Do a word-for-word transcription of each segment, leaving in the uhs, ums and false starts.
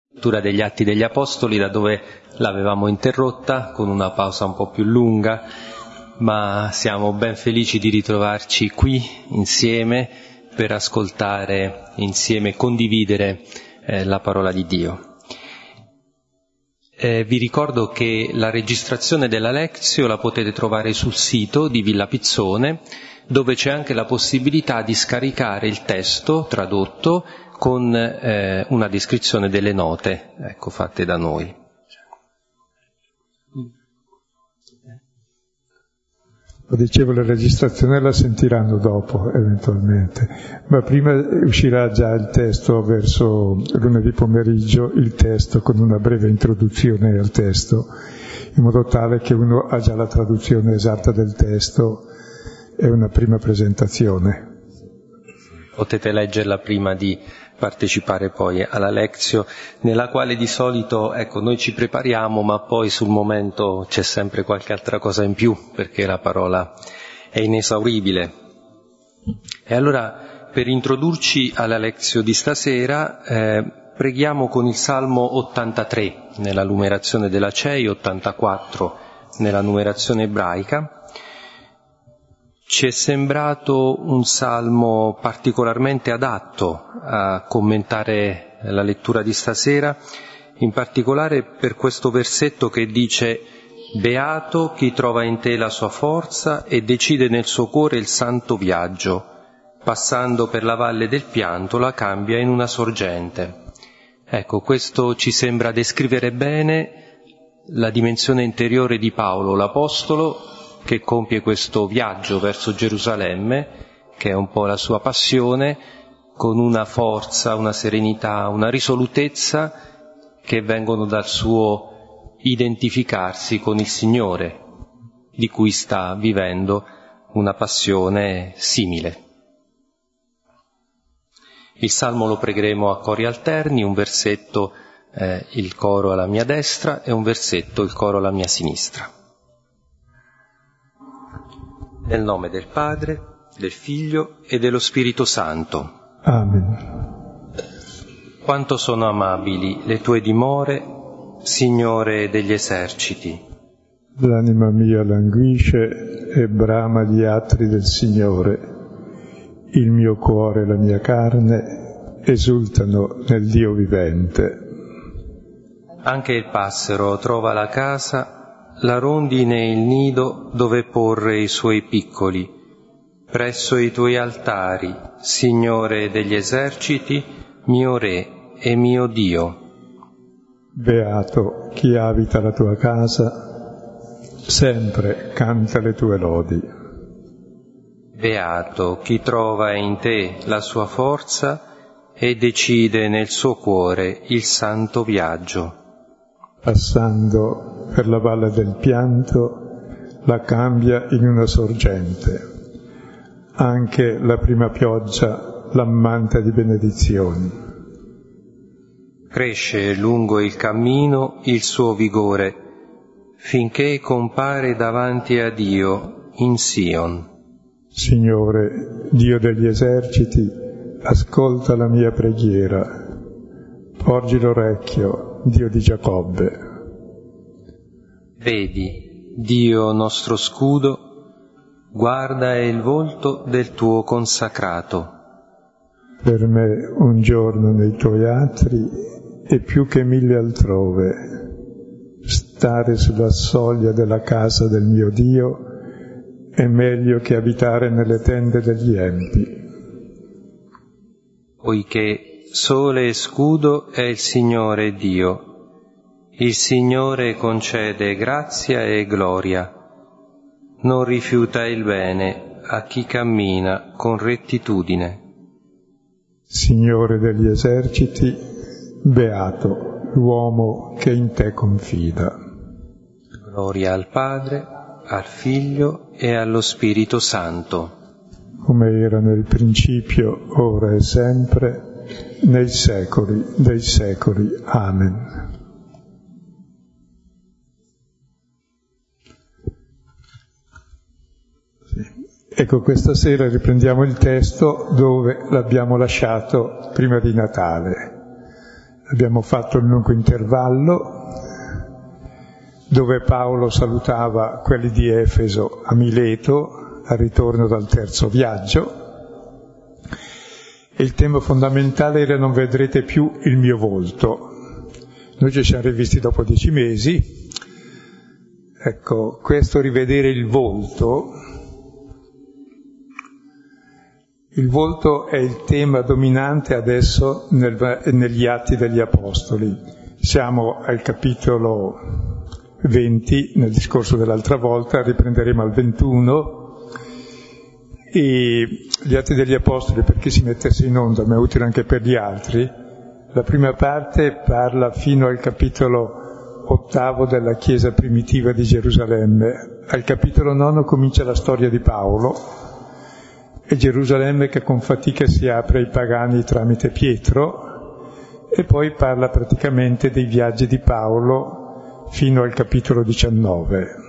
Lettura degli Atti degli Apostoli, da dove l'avevamo interrotta con una pausa un po' più lunga, ma siamo ben felici di ritrovarci qui insieme per ascoltare insieme, condividere eh, la parola di Dio. Eh, vi ricordo che la registrazione della Lectio la potete trovare sul sito di Villa Pizzone, dove c'è anche la possibilità di scaricare il testo tradotto con eh, una descrizione delle note, ecco, fatte da noi. Lo dicevo, la registrazione la sentiranno dopo, eventualmente, ma prima uscirà già il testo verso lunedì pomeriggio, il testo con una breve introduzione al testo, in modo tale che uno ha già la traduzione esatta del testo e una prima presentazione. Potete leggerla prima di partecipare poi alla Lectio, nella quale di solito, ecco, noi ci prepariamo, ma poi sul momento c'è sempre qualche altra cosa in più, perché la parola è inesauribile. E allora, per introdurci alla Lectio di stasera, eh, preghiamo con il Salmo ottantatré, nella numerazione della C E I, ottantaquattro nella numerazione ebraica. Ci è sembrato un salmo particolarmente adatto a commentare la lettura di stasera, in particolare per questo versetto che dice: «Beato chi trova in te la sua forza e decide nel suo cuore il santo viaggio, passando per la valle del pianto la cambia in una sorgente». Ecco, questo ci sembra descrivere bene la dimensione interiore di Paolo, l'Apostolo, che compie questo viaggio verso Gerusalemme, che è un po' la sua passione, con una forza, una serenità, una risolutezza che vengono dal suo identificarsi con il Signore, di cui sta vivendo una passione simile. Il Salmo lo pregheremo a cori alterni, un versetto eh, il coro alla mia destra e un versetto il coro alla mia sinistra. Nel nome del Padre, del Figlio e dello Spirito Santo. Amen. Quanto sono amabili le tue dimore, Signore degli eserciti. L'anima mia languisce e brama gli attri del Signore. Il mio cuore e la mia carne esultano nel Dio vivente. Anche il passero trova la casa, la rondine il nido dove porre i suoi piccoli. Presso i tuoi altari, Signore degli eserciti, mio Re e mio Dio. Beato chi abita la tua casa, sempre canta le tue lodi. Beato chi trova in te la sua forza e decide nel suo cuore il santo viaggio. Passando per la valle del pianto, la cambia in una sorgente. Anche la prima pioggia l'ammanta di benedizioni. Cresce lungo il cammino il suo vigore, finché compare davanti a Dio in Sion. Signore, Dio degli eserciti, ascolta la mia preghiera. Porgi l'orecchio, Dio di Giacobbe. Vedi, Dio nostro scudo, guarda il volto del tuo consacrato. Per me un giorno nei tuoi atri è più che mille altrove. Stare sulla soglia della casa del mio Dio è meglio che abitare nelle tende degli empi. Poiché sole e scudo è il Signore Dio. Il Signore concede grazia e gloria. Non rifiuta il bene a chi cammina con rettitudine. Signore degli eserciti, beato l'uomo che in te confida. Gloria al Padre, al Figlio e allo Spirito Santo. Come era nel principio, ora e sempre, nei secoli dei secoli. Amen. Ecco, questa sera riprendiamo il testo dove l'abbiamo lasciato prima di Natale. Abbiamo fatto il lungo intervallo dove Paolo salutava quelli di Efeso a Mileto al ritorno dal terzo viaggio. E il tema fondamentale era: non vedrete più il mio volto. Noi ci siamo rivisti dopo dieci mesi. Ecco, questo rivedere il volto, il volto è il tema dominante adesso nel, negli Atti degli Apostoli. Siamo al capitolo venti, nel discorso dell'altra volta, riprenderemo al ventuno. E gli Atti degli Apostoli, per chi si mettesse in onda, ma è utile anche per gli altri, la prima parte parla fino al capitolo ottavo della Chiesa primitiva di Gerusalemme. Al capitolo nono comincia la storia di Paolo e Gerusalemme che con fatica si apre ai pagani tramite Pietro, e poi parla praticamente dei viaggi di Paolo fino al capitolo diciannove.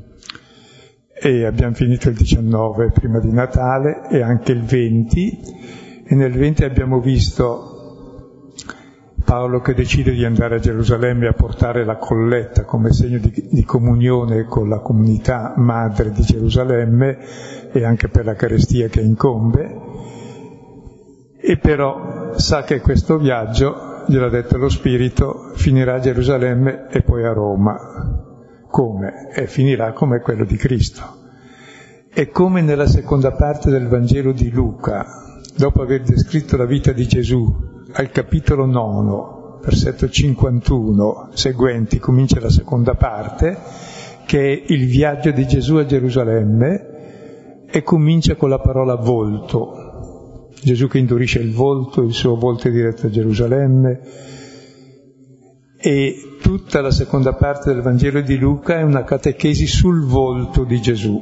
E abbiamo finito il diciannove prima di Natale e anche il venti, e nel venti abbiamo visto Paolo che decide di andare a Gerusalemme a portare la colletta come segno di, di comunione con la comunità madre di Gerusalemme e anche per la carestia che incombe, e però sa che questo viaggio, gliel'ha detto lo Spirito, finirà a Gerusalemme e poi a Roma. Come? E finirà come quello di Cristo. E come nella seconda parte del Vangelo di Luca, dopo aver descritto la vita di Gesù, al capitolo nono, versetto cinquantuno, seguenti, comincia la seconda parte, che è il viaggio di Gesù a Gerusalemme, e comincia con la parola volto. Gesù che indurisce il volto, il suo volto è diretto a Gerusalemme. E tutta la seconda parte del Vangelo di Luca è una catechesi sul volto di Gesù.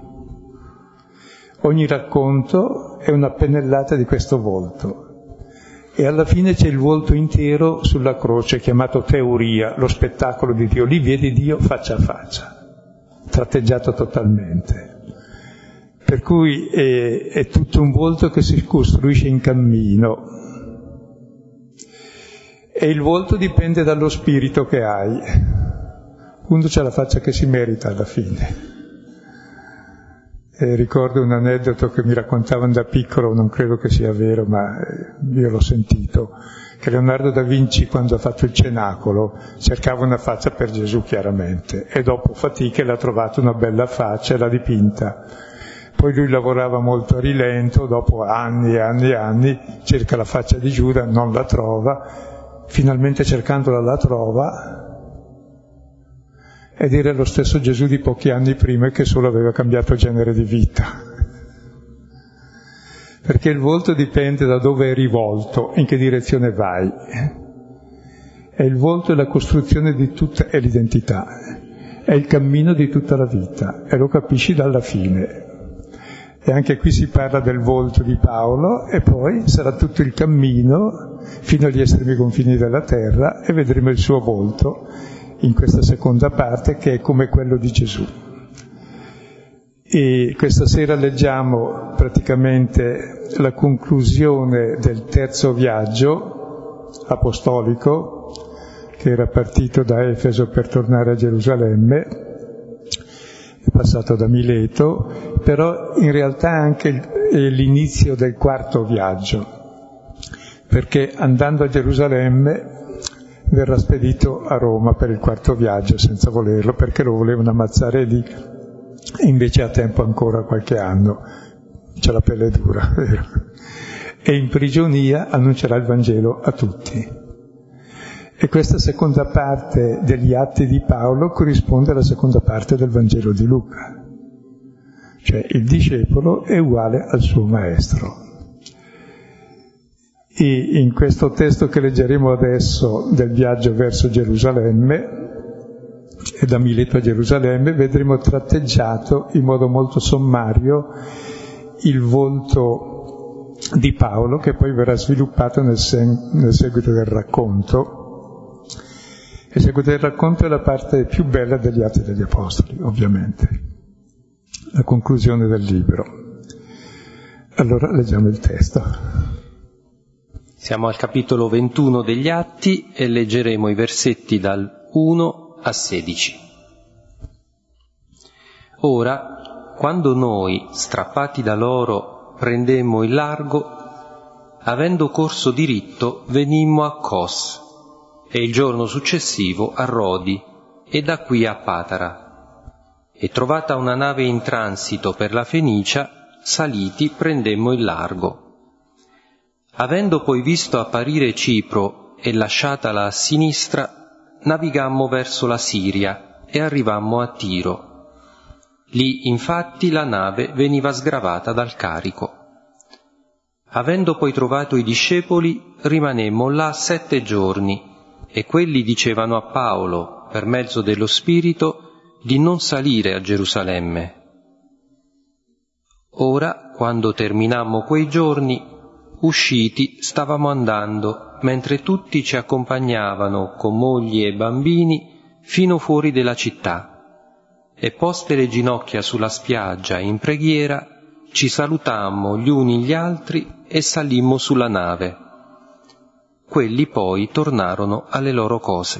Ogni racconto è una pennellata di questo volto. E alla fine c'è il volto intero sulla croce, chiamato teoria, lo spettacolo di Dio. Lì vedi Dio faccia a faccia, tratteggiato totalmente. Per cui è, è tutto un volto che si costruisce in cammino. E il volto dipende dallo spirito che hai. Uno c'ha la faccia che si merita alla fine. E ricordo un aneddoto che mi raccontavano da piccolo, non credo che sia vero, ma io l'ho sentito, che Leonardo da Vinci, quando ha fatto il Cenacolo, cercava una faccia per Gesù chiaramente, e dopo fatica l'ha trovato una bella faccia e l'ha dipinta. Poi lui lavorava molto a rilento, dopo anni e anni e anni, cerca la faccia di Giuda, non la trova. Finalmente cercandola la trova, ed era lo stesso Gesù di pochi anni prima, che solo aveva cambiato genere di vita. Perché il volto dipende da dove è rivolto, in che direzione vai. E il volto è la costruzione di tutta, è l'identità, è il cammino di tutta la vita, e lo capisci dalla fine. E anche qui si parla del volto di Paolo, e poi sarà tutto il cammino fino agli estremi confini della terra, e vedremo il suo volto in questa seconda parte, che è come quello di Gesù. E questa sera leggiamo praticamente la conclusione del terzo viaggio apostolico, che era partito da Efeso per tornare a Gerusalemme, è passato da Mileto, però in realtà anche è l'inizio del quarto viaggio, perché andando a Gerusalemme verrà spedito a Roma per il quarto viaggio senza volerlo, perché lo volevano ammazzare lì, e invece ha tempo ancora qualche anno, c'è la pelle dura, vero? E in prigionia annuncerà il Vangelo a tutti. E questa seconda parte degli Atti di Paolo corrisponde alla seconda parte del Vangelo di Luca. Cioè il discepolo è uguale al suo maestro. E in questo testo che leggeremo adesso del viaggio verso Gerusalemme, e da Mileto a Gerusalemme, vedremo tratteggiato in modo molto sommario il volto di Paolo, che poi verrà sviluppato nel, sen- nel seguito del racconto. Il seguito del racconto è la parte più bella degli Atti degli Apostoli, ovviamente, la conclusione del libro. Allora leggiamo il testo. Siamo al capitolo ventuno degli Atti e leggeremo i versetti dal uno a sedici. Ora, quando noi, strappati da loro, prendemmo il largo, avendo corso diritto, venimmo a Cos, e il giorno successivo a Rodi, e da qui a Patara. E trovata una nave in transito per la Fenicia, saliti prendemmo il largo. Avendo poi visto apparire Cipro e lasciatala a sinistra, navigammo verso la Siria e arrivammo a Tiro. Lì infatti la nave veniva sgravata dal carico. Avendo poi trovato i discepoli, rimanemmo là sette giorni, e quelli dicevano a Paolo, per mezzo dello Spirito, di non salire a Gerusalemme. Ora, quando terminammo quei giorni, usciti stavamo andando, mentre tutti ci accompagnavano con mogli e bambini fino fuori della città, e poste le ginocchia sulla spiaggia in preghiera, ci salutammo gli uni gli altri e salimmo sulla nave. Quelli poi tornarono alle loro cose.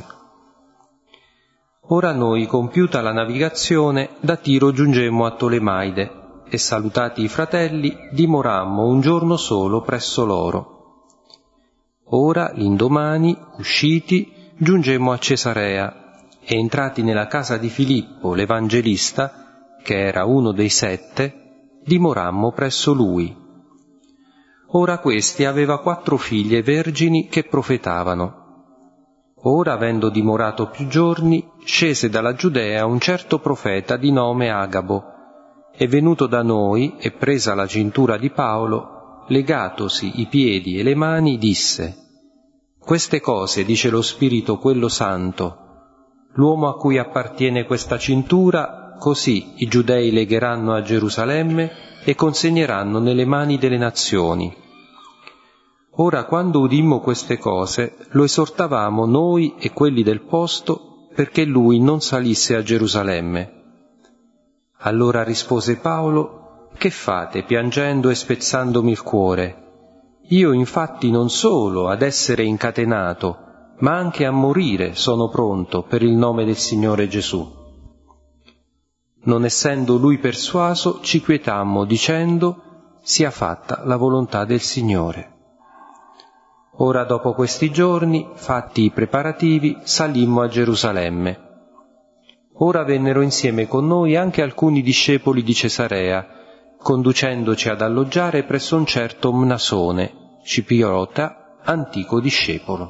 Ora noi, compiuta la navigazione, da Tiro giungemmo a Tolemaide, e salutati i fratelli, dimorammo un giorno solo presso loro. Ora, l'indomani, usciti, giungemmo a Cesarea, e entrati nella casa di Filippo, l'Evangelista, che era uno dei sette, dimorammo presso lui. Ora questi aveva quattro figlie vergini che profetavano. Ora, avendo dimorato più giorni, scese dalla Giudea un certo profeta di nome Agabo, e venuto da noi e presa la cintura di Paolo, legatosi i piedi e le mani, disse: «Queste cose dice lo Spirito quello Santo, l'uomo a cui appartiene questa cintura, così i giudei legheranno a Gerusalemme e consegneranno nelle mani delle nazioni». Ora, quando udimmo queste cose, lo esortavamo noi e quelli del posto perché lui non salisse a Gerusalemme. Allora rispose Paolo: «Che fate piangendo e spezzandomi il cuore? Io infatti non solo ad essere incatenato, ma anche a morire sono pronto per il nome del Signore Gesù». Non essendo lui persuaso, ci quietammo dicendo: «Sia fatta la volontà del Signore». Ora, dopo questi giorni, fatti i preparativi, salimmo a Gerusalemme. Ora vennero insieme con noi anche alcuni discepoli di Cesarea, conducendoci ad alloggiare presso un certo Mnasone, cipriota, antico discepolo.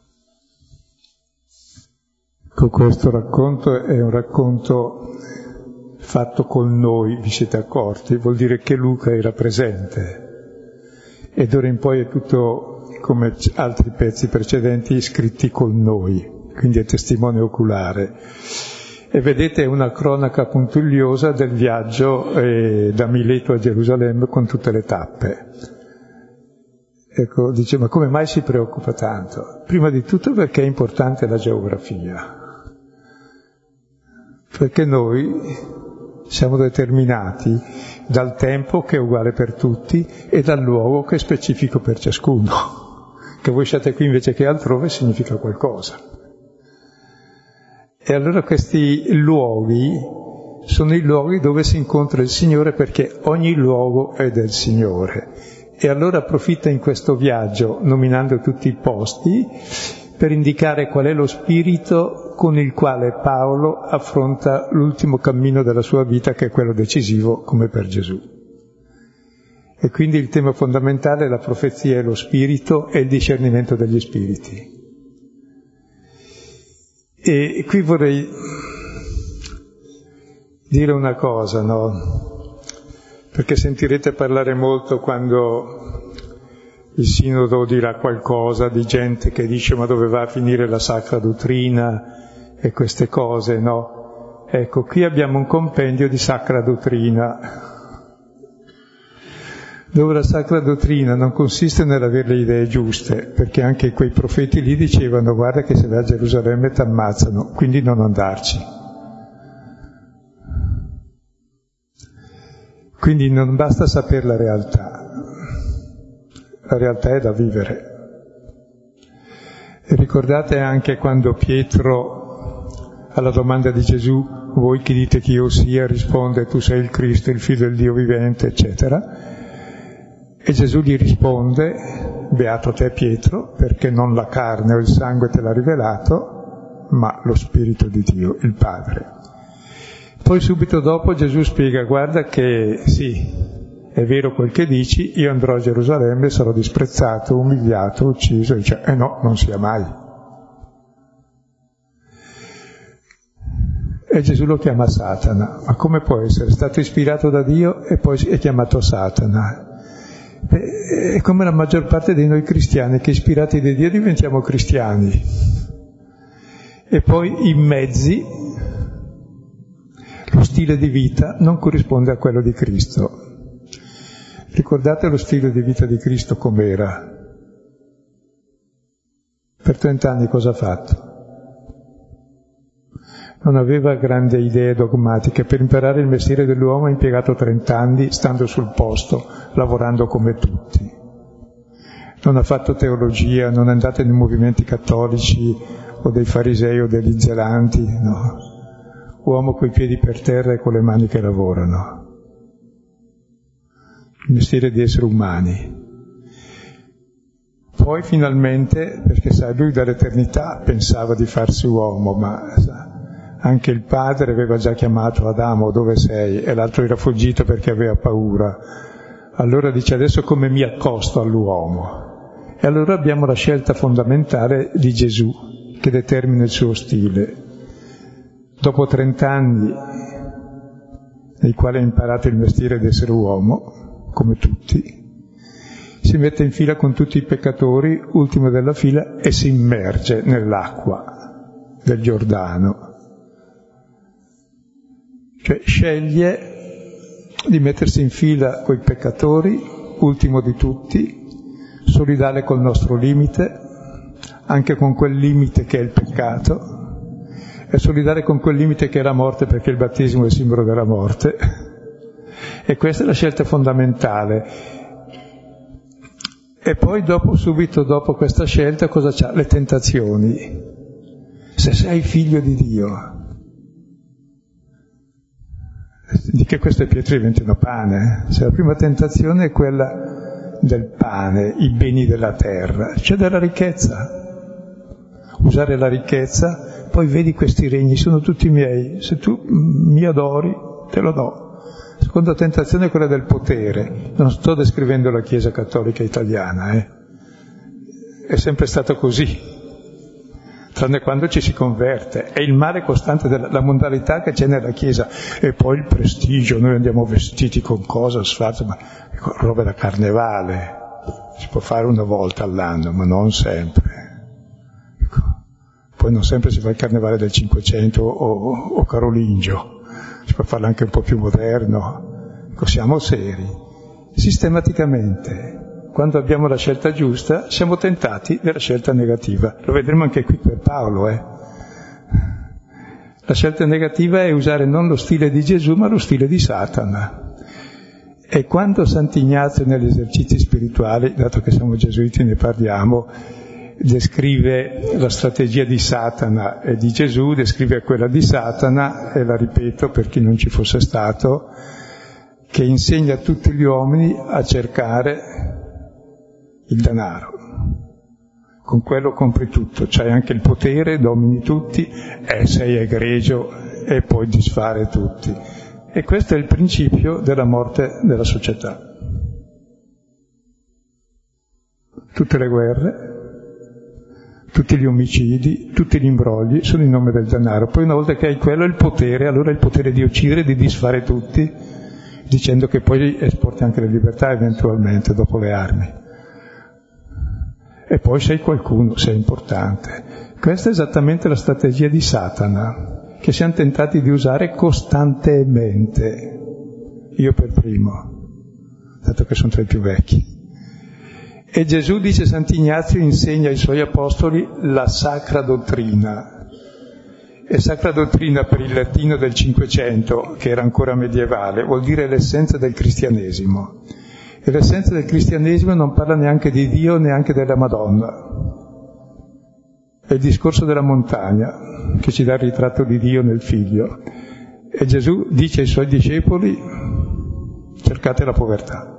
Con questo racconto è un racconto fatto con noi, vi siete accorti? Vuol dire che Luca era presente. E d'ora in poi è tutto, come altri pezzi precedenti, scritti con noi, quindi è testimone oculare. E vedete, è una cronaca puntigliosa del viaggio eh, da Mileto a Gerusalemme con tutte le tappe. Ecco, dice, ma come mai si preoccupa tanto? Prima di tutto perché è importante la geografia. Perché noi siamo determinati dal tempo, che è uguale per tutti, e dal luogo, che è specifico per ciascuno. Che voi siate qui invece che altrove significa qualcosa. E allora questi luoghi sono i luoghi dove si incontra il Signore, perché ogni luogo è del Signore. E allora approfitta in questo viaggio, nominando tutti i posti, per indicare qual è lo spirito con il quale Paolo affronta l'ultimo cammino della sua vita, che è quello decisivo, come per Gesù. E quindi il tema fondamentale è la profezia e lo spirito e il discernimento degli spiriti. E qui vorrei dire una cosa, no? Perché sentirete parlare molto quando il Sinodo dirà qualcosa di gente che dice: ma dove va a finire la sacra dottrina e queste cose, no? Ecco, qui abbiamo un compendio di sacra dottrina, dove la sacra dottrina non consiste nell'avere le idee giuste, perché anche quei profeti lì dicevano: guarda che se vai a Gerusalemme ti ammazzano, quindi non andarci. Quindi non basta sapere la realtà, la realtà è da vivere. E ricordate anche quando Pietro, alla domanda di Gesù, voi chi dite che io sia, risponde tu sei il Cristo, il Figlio del Dio vivente, eccetera. E Gesù gli risponde, beato te Pietro, perché non la carne o il sangue te l'ha rivelato, ma lo Spirito di Dio, il Padre. Poi subito dopo Gesù spiega, guarda che sì, è vero quel che dici, io andrò a Gerusalemme e sarò disprezzato, umiliato, ucciso, e dice, eh no, non sia mai. E Gesù lo chiama Satana. Ma come può essere? È stato ispirato da Dio e poi è chiamato Satana. È come la maggior parte di noi cristiani, che ispirati da Dio diventiamo cristiani. E poi i mezzi, lo stile di vita non corrisponde a quello di Cristo. Ricordate lo stile di vita di Cristo com'era? Per trent'anni cosa ha fatto? Non aveva grandi idee dogmatiche. Per imparare il mestiere dell'uomo ha impiegato trent'anni stando sul posto, lavorando come tutti. Non ha fatto teologia, non è andato nei movimenti cattolici o dei farisei o degli zelanti, no. Uomo coi piedi per terra e con le mani che lavorano. Il mestiere di essere umani. Poi finalmente, perché sai, lui dall'eternità pensava di farsi uomo, ma sa, anche il padre aveva già chiamato Adamo, dove sei? E l'altro era fuggito perché aveva paura. Allora dice, adesso come mi accosto all'uomo? E allora abbiamo la scelta fondamentale di Gesù, che determina il suo stile. Dopo trent'anni nei quali ha imparato il mestiere di essere uomo, come tutti, si mette in fila con tutti i peccatori, ultimo della fila, e si immerge nell'acqua del Giordano. Cioè sceglie di mettersi in fila coi peccatori, ultimo di tutti, solidale col nostro limite, anche con quel limite che è il peccato, e solidale con quel limite che è la morte, perché il battesimo è il simbolo della morte. E questa è la scelta fondamentale. E poi dopo, subito dopo questa scelta, cosa c'ha? Le tentazioni. Se sei figlio di Dio, di che queste pietre diventino pane. Cioè, la prima tentazione è quella del pane, i beni della terra, cioè della ricchezza. Usare la ricchezza, poi vedi questi regni, sono tutti miei, se tu mi adori, te lo do. La seconda tentazione è quella del potere. Non sto descrivendo la Chiesa cattolica italiana, eh. È sempre stato così, tranne quando ci si converte. È il male costante della la modalità che c'è nella Chiesa. E poi il prestigio, noi andiamo vestiti con cosa, sfarzo, ma ecco, roba da carnevale. Si può fare una volta all'anno, ma non sempre. Ecco. Poi non sempre si fa il carnevale del Cinquecento o, o carolingio. Si può farlo anche un po' più moderno. Ecco, siamo seri. Sistematicamente, quando abbiamo la scelta giusta, siamo tentati della scelta negativa. Lo vedremo anche qui per Paolo, eh. La scelta negativa è usare non lo stile di Gesù, ma lo stile di Satana. E quando Sant'Ignazio negli esercizi spirituali, dato che siamo gesuiti ne parliamo, descrive la strategia di Satana e di Gesù, descrive quella di Satana, e la ripeto per chi non ci fosse stato, che insegna a tutti gli uomini a cercare il denaro. Con quello compri tutto, c'hai anche il potere, domini tutti, e sei egregio e puoi disfare tutti. E questo è il principio della morte della società. Tutte le guerre, tutti gli omicidi, tutti gli imbrogli sono in nome del denaro. Poi una volta che hai quello, il potere, allora il potere di uccidere, di disfare tutti, dicendo che poi esporti anche le libertà eventualmente dopo le armi. E poi sei qualcuno, sei importante. Questa è esattamente la strategia di Satana, che siamo tentati di usare costantemente, io per primo, dato che sono tra i più vecchi. E Gesù, dice Sant'Ignazio, insegna ai suoi apostoli la sacra dottrina. E sacra dottrina per il latino del Cinquecento, che era ancora medievale, vuol dire l'essenza del cristianesimo. E l'essenza del cristianesimo non parla neanche di Dio, neanche della Madonna. È il discorso della montagna che ci dà il ritratto di Dio nel Figlio. E Gesù dice ai suoi discepoli: cercate la povertà.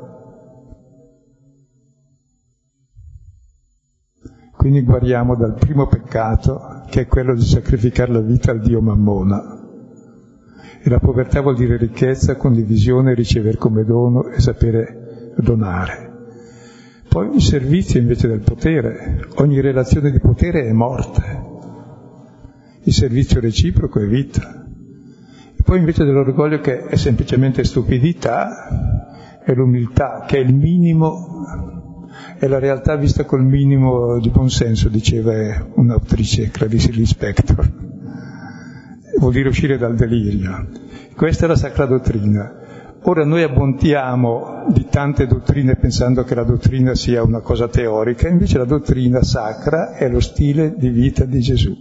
Quindi guariamo dal primo peccato, che è quello di sacrificare la vita al Dio Mammona. E la povertà vuol dire ricchezza, condivisione, ricevere come dono e sapere donare. Poi il servizio invece del potere. Ogni relazione di potere è morte. Il servizio reciproco è vita. E poi invece dell'orgoglio, che è semplicemente stupidità, è l'umiltà, che è il minimo, è la realtà vista col minimo di buonsenso, diceva un'autrice, Clarice Lispector. Vuol dire uscire dal delirio. Questa è la sacra dottrina. Ora noi abbondiamo di tante dottrine pensando che la dottrina sia una cosa teorica, invece la dottrina sacra è lo stile di vita di Gesù.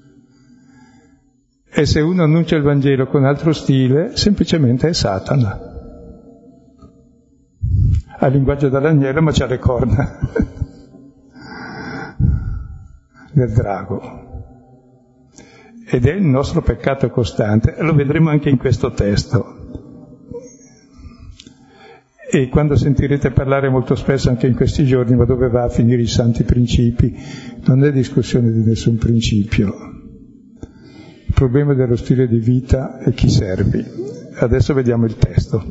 E se uno annuncia il Vangelo con altro stile, semplicemente è Satana. Ha il linguaggio dell'agnello, ma c'ha le corna del drago. Ed è il nostro peccato costante, e lo vedremo anche in questo testo. E quando sentirete parlare molto spesso anche in questi giorni, ma dove va a finire i santi principi, non è discussione di nessun principio. Il problema dello stile di vita è chi servi. Adesso vediamo il testo.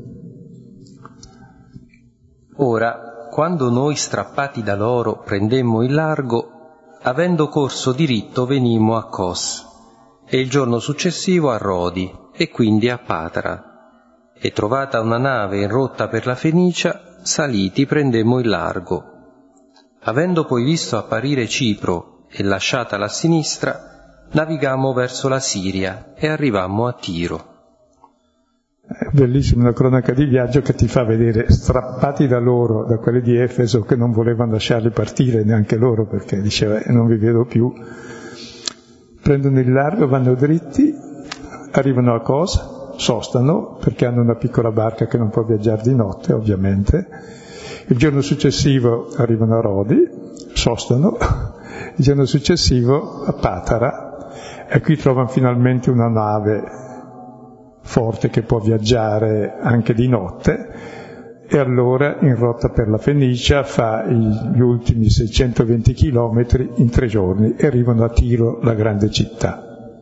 Ora, quando noi strappati da loro prendemmo il largo, avendo corso diritto venimmo a Cos, e il giorno successivo a Rodi, e quindi a Patara. E trovata una nave in rotta per la Fenicia, saliti prendemmo il largo. Avendo poi visto apparire Cipro e lasciatala a sinistra, navigammo verso la Siria e arrivammo a Tiro. È bellissima una cronaca di viaggio che ti fa vedere, strappati da loro, da quelli di Efeso che non volevano lasciarli partire, neanche loro, perché diceva eh, non vi vedo più. Prendono il largo, vanno dritti, arrivano a Cos, sostano, perché hanno una piccola barca che non può viaggiare di notte, ovviamente. Il giorno successivo arrivano a Rodi, sostano, il giorno successivo a Patara, e qui trovano finalmente una nave forte che può viaggiare anche di notte, e allora in rotta per la Fenicia fa gli ultimi seicentoventi chilometri in tre giorni e arrivano a Tiro, la grande città.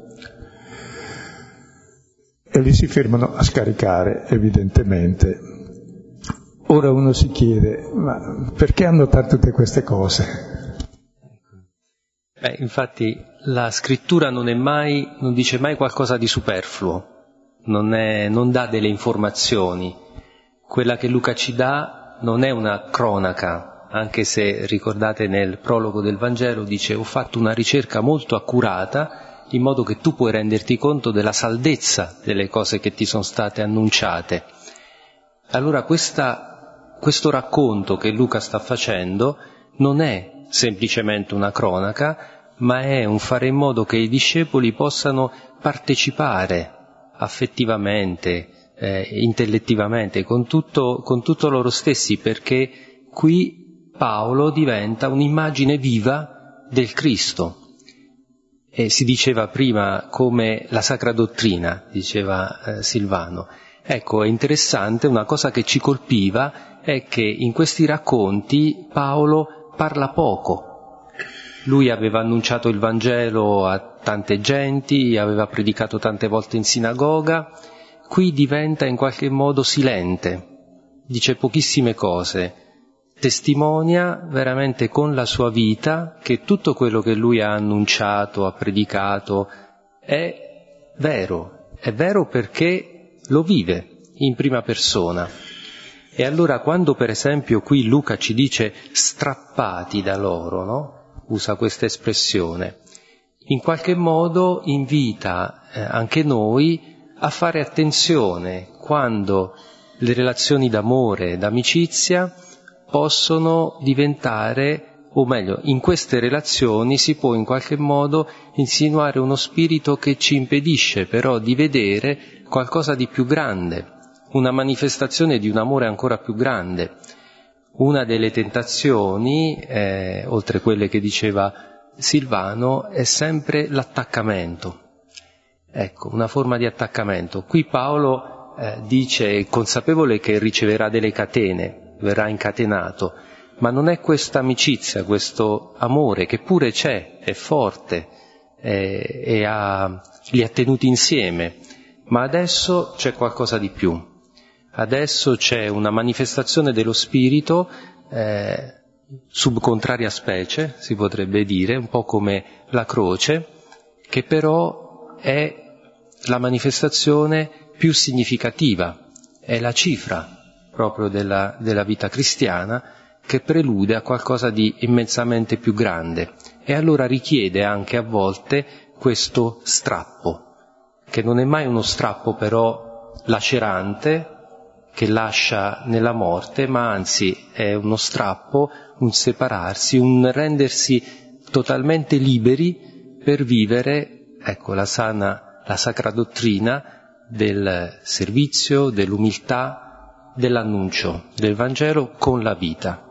E lì si fermano a scaricare, evidentemente. Ora uno si chiede, ma perché annotare tutte queste cose? Beh, infatti la scrittura non è mai, non dice mai qualcosa di superfluo, non, è, non dà delle informazioni. Quella che Luca ci dà non è una cronaca, anche se ricordate nel prologo del Vangelo dice ho fatto una ricerca molto accurata in modo che tu puoi renderti conto della saldezza delle cose che ti sono state annunciate. Allora questa, questo racconto che Luca sta facendo non è semplicemente una cronaca, ma è un fare in modo che i discepoli possano partecipare affettivamente, eh, intellettivamente, con tutto, con tutto loro stessi, perché qui Paolo diventa un'immagine viva del Cristo. E si diceva prima come la sacra dottrina, diceva eh, Silvano. Ecco, è interessante, una cosa che ci colpiva è che in questi racconti Paolo parla poco. Lui aveva annunciato il Vangelo a tante genti, aveva predicato tante volte in sinagoga, qui diventa in qualche modo silente, dice pochissime cose. Testimonia veramente con la sua vita che tutto quello che lui ha annunciato, ha predicato, è vero. È vero perché lo vive in prima persona. E allora quando per esempio qui Luca ci dice strappati da loro, no? Usa questa espressione, in qualche modo invita eh, anche noi a fare attenzione quando le relazioni d'amore, d'amicizia possono diventare, o meglio, in queste relazioni si può in qualche modo insinuare uno spirito che ci impedisce però di vedere qualcosa di più grande, una manifestazione di un amore ancora più grande. Una delle tentazioni, eh, oltre quelle che diceva Silvano è sempre l'attaccamento. Ecco, una forma di attaccamento. Qui Paolo eh, dice, consapevole che riceverà delle catene, verrà incatenato, ma non è questa amicizia, questo amore che pure c'è, è forte, è, e ha, li ha tenuti insieme, ma adesso c'è qualcosa di più. Adesso c'è una manifestazione dello spirito eh, sub contraria specie, si potrebbe dire, un po' come la croce, che però è la manifestazione più significativa, è la cifra proprio della, della vita cristiana, che prelude a qualcosa di immensamente più grande, e allora richiede anche a volte questo strappo, che non è mai uno strappo però lacerante, che lascia nella morte, ma anzi è uno strappo, un separarsi, un rendersi totalmente liberi per vivere, ecco, la sana, la sacra dottrina del servizio, dell'umiltà, dell'annuncio del Vangelo con la vita.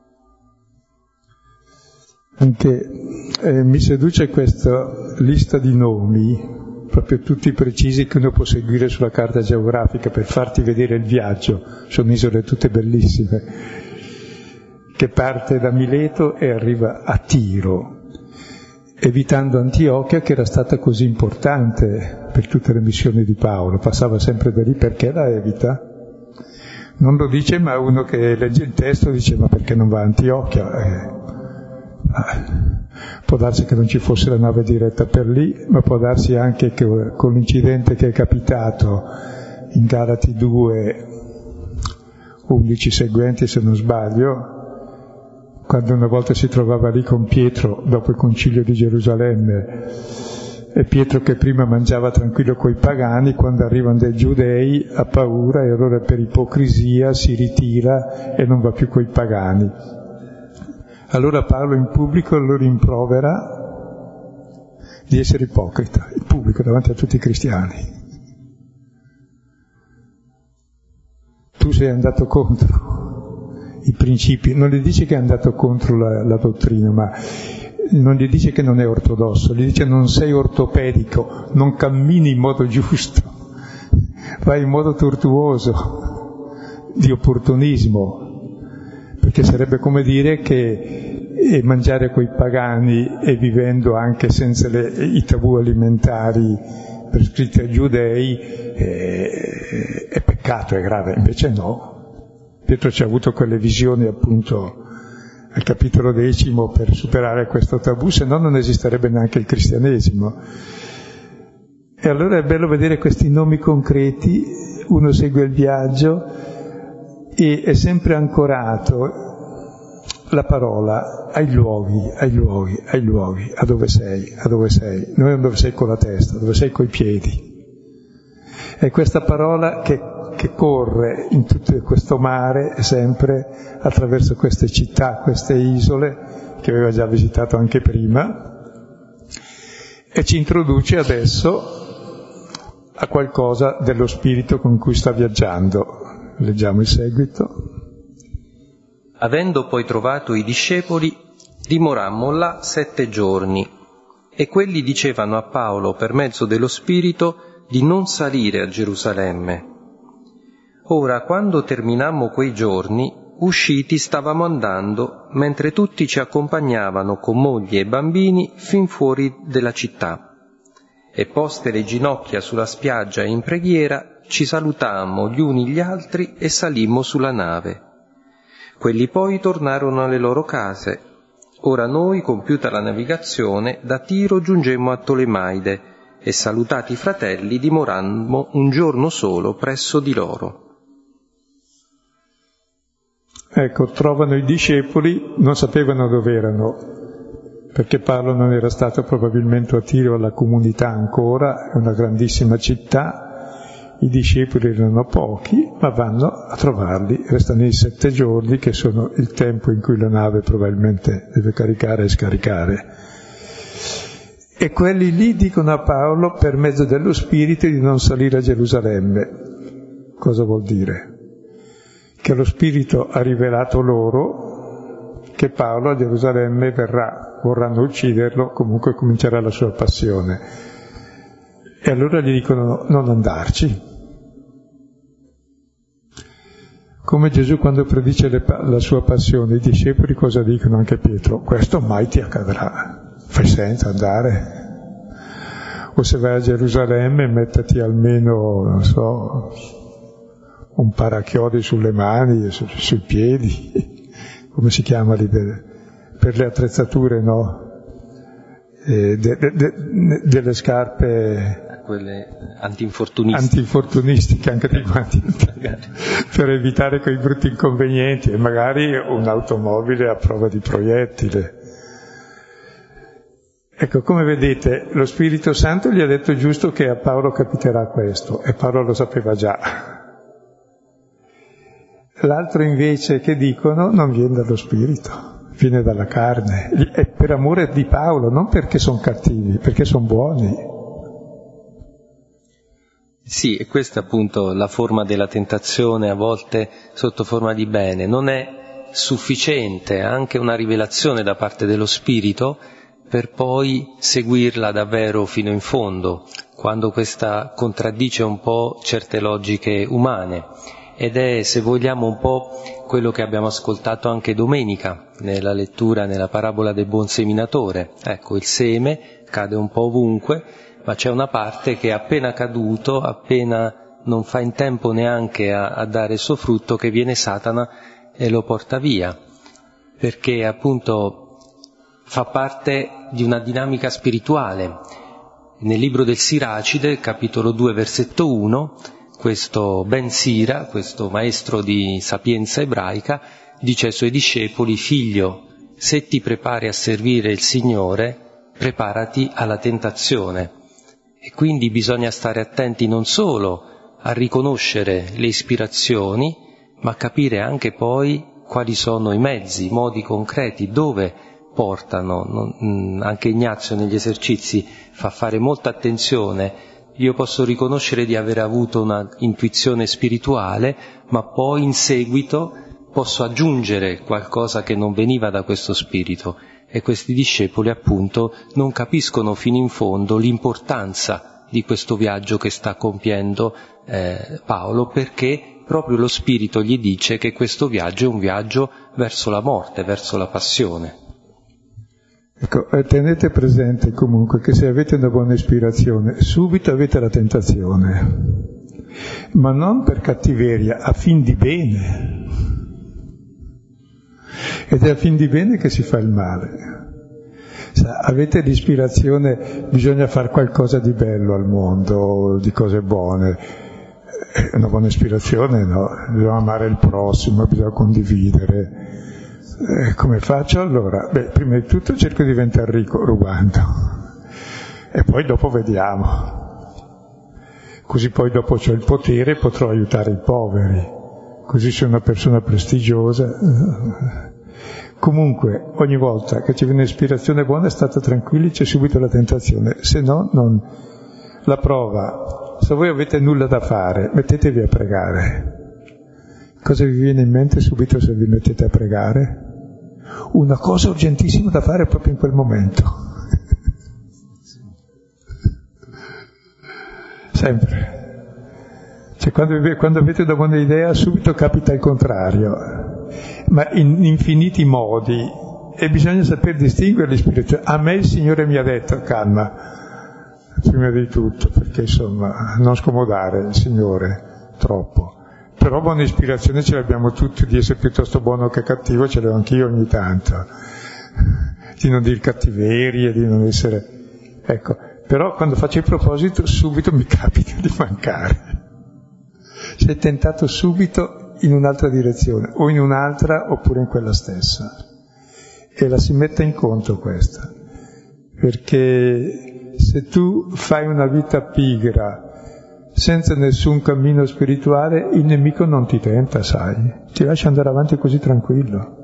Anche eh, mi seduce questa lista di nomi, proprio tutti precisi, che uno può seguire sulla carta geografica per farti vedere il viaggio. Sono isole tutte bellissime, che parte da Mileto e arriva a Tiro, evitando Antiochia, che era stata così importante per tutte le missioni di Paolo. Passava sempre da lì. Perché la evita? Non lo dice, ma uno che legge il testo dice: ma perché non va a Antiochia? Eh, può darsi che non ci fosse la nave diretta per lì, ma può darsi anche che con l'incidente che è capitato in Galati due, undici seguenti se non sbaglio, quando una volta si trovava lì con Pietro dopo il concilio di Gerusalemme, e Pietro che prima mangiava tranquillo coi pagani, quando arrivano dei giudei ha paura e allora per ipocrisia si ritira e non va più coi pagani. Allora Paolo in pubblico lo rimprovera di essere ipocrita, in pubblico, davanti a tutti i cristiani. Tu sei andato contro i principi, non gli dice che è andato contro la, la dottrina, ma non gli dice che non è ortodosso, gli dice non sei ortopedico, non cammini in modo giusto, vai in modo tortuoso, di opportunismo. Perché sarebbe come dire che mangiare coi pagani e vivendo anche senza le, i tabù alimentari prescritti ai giudei è, è peccato, è grave. Invece no. Pietro ci ha avuto quelle visioni appunto al capitolo decimo per superare questo tabù, se no non esisterebbe neanche il cristianesimo. E allora è bello vedere questi nomi concreti, uno segue il viaggio e è sempre ancorato la parola ai luoghi, ai luoghi, ai luoghi, a dove sei, a dove sei, non dove sei con la testa, dove sei coi piedi. È questa parola che, che corre in tutto questo mare, sempre attraverso queste città, queste isole, che aveva già visitato anche prima, e ci introduce adesso a qualcosa dello spirito con cui sta viaggiando. Leggiamo il seguito. Avendo poi trovato i discepoli, dimorammo là sette giorni, e quelli dicevano a Paolo per mezzo dello Spirito di non salire a Gerusalemme. Ora, quando terminammo quei giorni, usciti stavamo andando, mentre tutti ci accompagnavano con mogli e bambini fin fuori della città. E poste le ginocchia sulla spiaggia in preghiera, ci salutammo gli uni gli altri e salimmo sulla nave. Quelli poi tornarono alle loro case. Ora noi, compiuta la navigazione, da Tiro giungemmo a Tolemaide e salutati i fratelli dimorammo un giorno solo presso di loro. Ecco, trovano i discepoli, non sapevano dove erano, perché Paolo non era stato probabilmente a Tiro alla comunità ancora, è una grandissima città. I discepoli erano pochi, ma vanno a trovarli, restano i sette giorni, che sono il tempo in cui la nave probabilmente deve caricare e scaricare. E quelli lì dicono a Paolo, per mezzo dello Spirito, di non salire a Gerusalemme. Cosa vuol dire? Che lo Spirito ha rivelato loro che Paolo a Gerusalemme verrà vorranno ucciderlo, comunque comincerà la sua passione. E allora gli dicono non andarci. Come Gesù quando predice le, la sua passione, i discepoli cosa dicono? Anche Pietro, questo mai ti accadrà, fai senza andare. O se vai a Gerusalemme mettati almeno, non so, un parachiodi sulle mani, su, sui piedi, come si chiama lì, per, per le attrezzature, no? Eh, de, de, de, delle scarpe... Quelle antinfortunistiche. Antinfortunistiche, anche di quanti, per evitare quei brutti inconvenienti, e magari un'automobile a prova di proiettile. Ecco, come vedete, lo Spirito Santo gli ha detto giusto che a Paolo capiterà questo, e Paolo lo sapeva già. L'altro invece che dicono non viene dallo Spirito, viene dalla carne. È per amore di Paolo, non perché sono cattivi, perché sono buoni. Sì, e questa è appunto la forma della tentazione, a volte sotto forma di bene. Non è sufficiente anche una rivelazione da parte dello Spirito per poi seguirla davvero fino in fondo, quando questa contraddice un po' certe logiche umane. Ed è, se vogliamo, un po' quello che abbiamo ascoltato anche domenica, nella lettura, nella parabola del buon seminatore. Ecco, il seme cade un po' ovunque, ma c'è una parte che appena caduto, appena non fa in tempo neanche a, a dare il suo frutto, che viene Satana e lo porta via, perché appunto fa parte di una dinamica spirituale. Nel libro del Siracide, capitolo due, versetto uno, questo Ben Sira, questo maestro di sapienza ebraica, dice ai suoi discepoli: figlio, se ti prepari a servire il Signore, preparati alla tentazione. E quindi bisogna stare attenti non solo a riconoscere le ispirazioni, ma capire anche poi quali sono i mezzi, i modi concreti, dove portano. Non, anche Ignazio negli esercizi fa fare molta attenzione. Io posso riconoscere di aver avuto una intuizione spirituale, ma poi in seguito posso aggiungere qualcosa che non veniva da questo spirito. E questi discepoli appunto non capiscono fino in fondo l'importanza di questo viaggio che sta compiendo eh, Paolo, perché proprio lo Spirito gli dice che questo viaggio è un viaggio verso la morte, verso la passione. Ecco, tenete presente comunque che se avete una buona ispirazione, subito avete la tentazione, ma non per cattiveria, a fin di bene. Ed è a fin di bene che si fa il male. Sa, avete l'ispirazione, bisogna fare qualcosa di bello al mondo, di cose buone. È una buona ispirazione, no? Bisogna amare il prossimo, bisogna condividere. Eh, come faccio allora? Beh, prima di tutto cerco di diventare ricco rubando. E poi dopo vediamo. Così poi dopo ho il potere e potrò aiutare i poveri. Così sono una persona prestigiosa. Comunque, ogni volta che c'è un'ispirazione buona, state tranquilli, c'è subito la tentazione, se no non. La prova, se voi avete nulla da fare, mettetevi a pregare. Cosa vi viene in mente subito se vi mettete a pregare? Una cosa urgentissima da fare proprio in quel momento. Sempre. Cioè, quando, quando avete una buona idea, subito capita il contrario, ma in infiniti modi, e bisogna saper distinguere l'ispirazione. A me il Signore mi ha detto, calma, prima di tutto, perché insomma, non scomodare il Signore troppo. Però buona ispirazione ce l'abbiamo tutti, di essere piuttosto buono che cattivo, ce l'ho anch'io ogni tanto, di non dire cattiverie, di non essere... Ecco, però quando faccio il proposito, subito mi capita di mancare. Sei tentato subito in un'altra direzione, o in un'altra oppure in quella stessa. E la si mette in conto questa, perché se tu fai una vita pigra, senza nessun cammino spirituale, il nemico non ti tenta, sai, ti lascia andare avanti così tranquillo.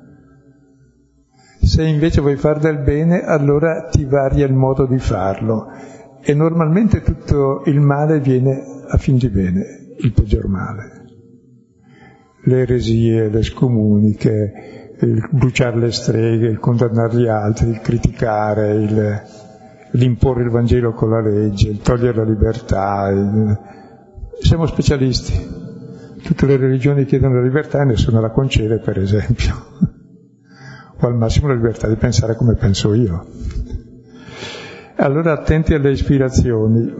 Se invece vuoi fare del bene, allora ti varia il modo di farlo, e normalmente tutto il male viene a fin di bene, il peggior male. Le eresie, le scomuniche, il bruciare le streghe, il condannare gli altri, il criticare, il, l'imporre il Vangelo con la legge, il togliere la libertà. Il... Siamo specialisti. Tutte le religioni chiedono la libertà e nessuna la concede, per esempio. O al massimo la libertà di pensare come penso io. Allora attenti alle ispirazioni.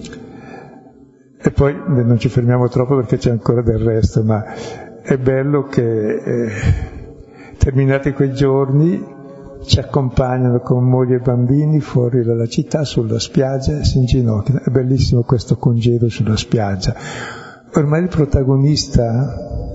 E poi non ci fermiamo troppo perché c'è ancora del resto, ma è bello che eh, terminati quei giorni ci accompagnano con mogli e bambini fuori dalla città sulla spiaggia e si inginocchiano. È bellissimo questo congedo sulla spiaggia. Ormai il protagonista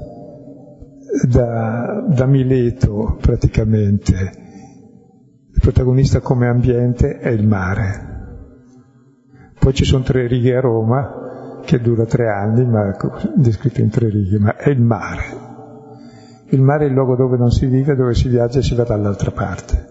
da, da Mileto praticamente, il protagonista come ambiente è il mare. Poi ci sono tre righe a Roma, che dura tre anni, ma descritto in tre righe, ma è il mare. Il mare è il luogo dove non si vive, dove si viaggia e si va dall'altra parte.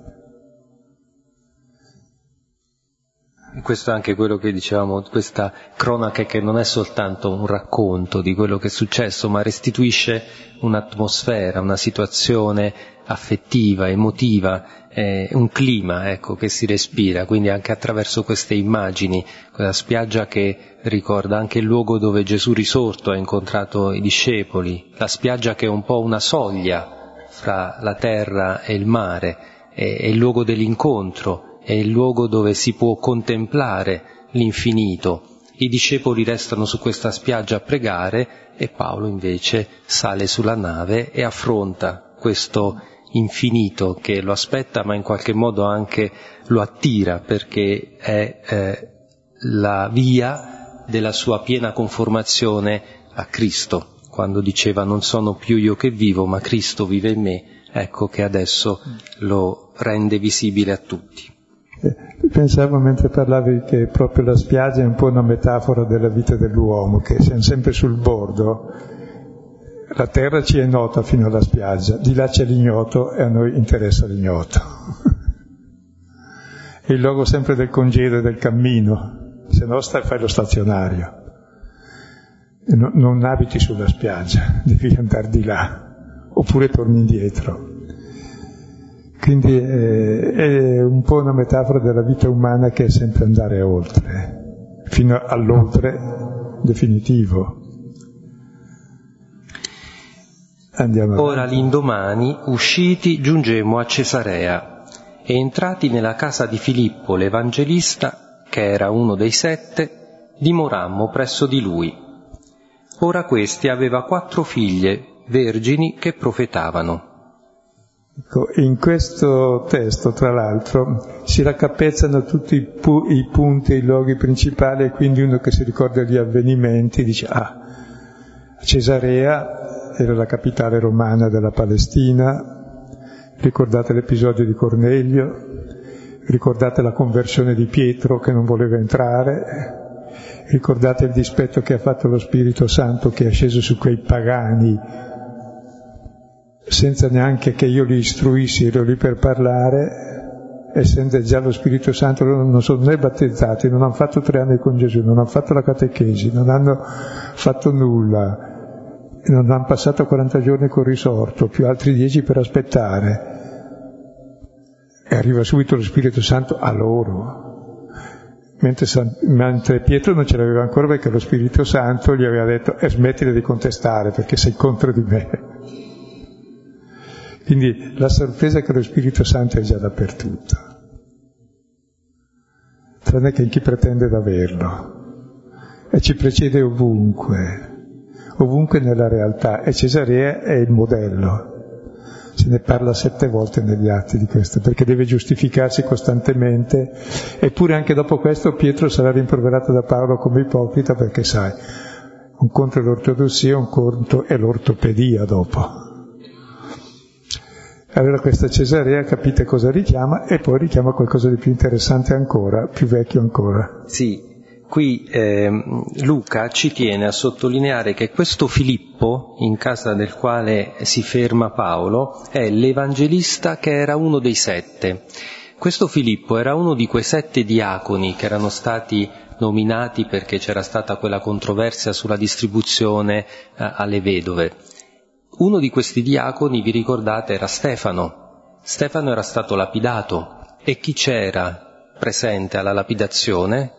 Questo è anche quello che dicevamo, questa cronaca che non è soltanto un racconto di quello che è successo, ma restituisce un'atmosfera, una situazione affettiva, emotiva, eh, un clima, ecco, che si respira, quindi anche attraverso queste immagini, quella spiaggia che ricorda anche il luogo dove Gesù risorto ha incontrato i discepoli, la spiaggia che è un po' una soglia fra la terra e il mare, è, è il luogo dell'incontro, è il luogo dove si può contemplare l'infinito. I discepoli restano su questa spiaggia a pregare e Paolo invece sale sulla nave e affronta questo infinito che lo aspetta, ma in qualche modo anche lo attira, perché è eh, la via della sua piena conformazione a Cristo. Quando diceva non sono più io che vivo, ma Cristo vive in me, ecco che adesso lo rende visibile a tutti. Pensavo mentre parlavi che proprio la spiaggia è un po' una metafora della vita dell'uomo, che siamo sempre sul bordo. La terra ci è nota fino alla spiaggia, di là c'è l'ignoto e a noi interessa l'ignoto. È il luogo sempre del congedo e del cammino, se no stai, fai lo stazionario. E no, non abiti sulla spiaggia, devi andare di là, oppure torni indietro. Quindi è, è un po' una metafora della vita umana che è sempre andare oltre, fino all'oltre definitivo. Andiamo avanti. Ora l'indomani, usciti, giungemmo a Cesarea e entrati nella casa di Filippo l'Evangelista, che era uno dei sette, dimorammo presso di lui. Ora questi aveva quattro figlie, vergini, che profetavano. In questo testo, tra l'altro, si raccapezzano tutti i, pu- i punti, i luoghi principali, e quindi uno che si ricorda gli avvenimenti dice, ah, Cesarea era la capitale romana della Palestina, ricordate l'episodio di Cornelio, ricordate la conversione di Pietro che non voleva entrare, ricordate il dispetto che ha fatto lo Spirito Santo che è sceso su quei pagani senza neanche che io li istruissi, ero lì per parlare, essendo già lo Spirito Santo, loro non sono né battezzati, non hanno fatto tre anni con Gesù, non hanno fatto la catechesi, non hanno fatto nulla, non hanno passato quaranta giorni col risorto, più altri dieci per aspettare. E arriva subito lo Spirito Santo a loro. Mentre, San, mentre Pietro non ce l'aveva ancora perché lo Spirito Santo gli aveva detto e smettila di contestare perché sei contro di me. Quindi la sorpresa è che lo Spirito Santo è già dappertutto, tranne che in chi pretende di averlo, e ci precede ovunque, ovunque nella realtà, e Cesarea è il modello, se ne parla sette volte negli atti di questo, perché deve giustificarsi costantemente, eppure anche dopo questo Pietro sarà rimproverato da Paolo come ipocrita, perché sai, un conto è l'ortodossia, un conto è l'ortopedia dopo. Allora questa Cesarea capite cosa richiama e poi richiama qualcosa di più interessante ancora, più vecchio ancora. Sì, qui eh, Luca ci tiene a sottolineare che questo Filippo, in casa del quale si ferma Paolo, è l'Evangelista che era uno dei sette. Questo Filippo era uno di quei sette diaconi che erano stati nominati perché c'era stata quella controversia sulla distribuzione eh, alle vedove. Uno di questi diaconi, vi ricordate, era Stefano. Stefano era stato lapidato. E chi c'era presente alla lapidazione?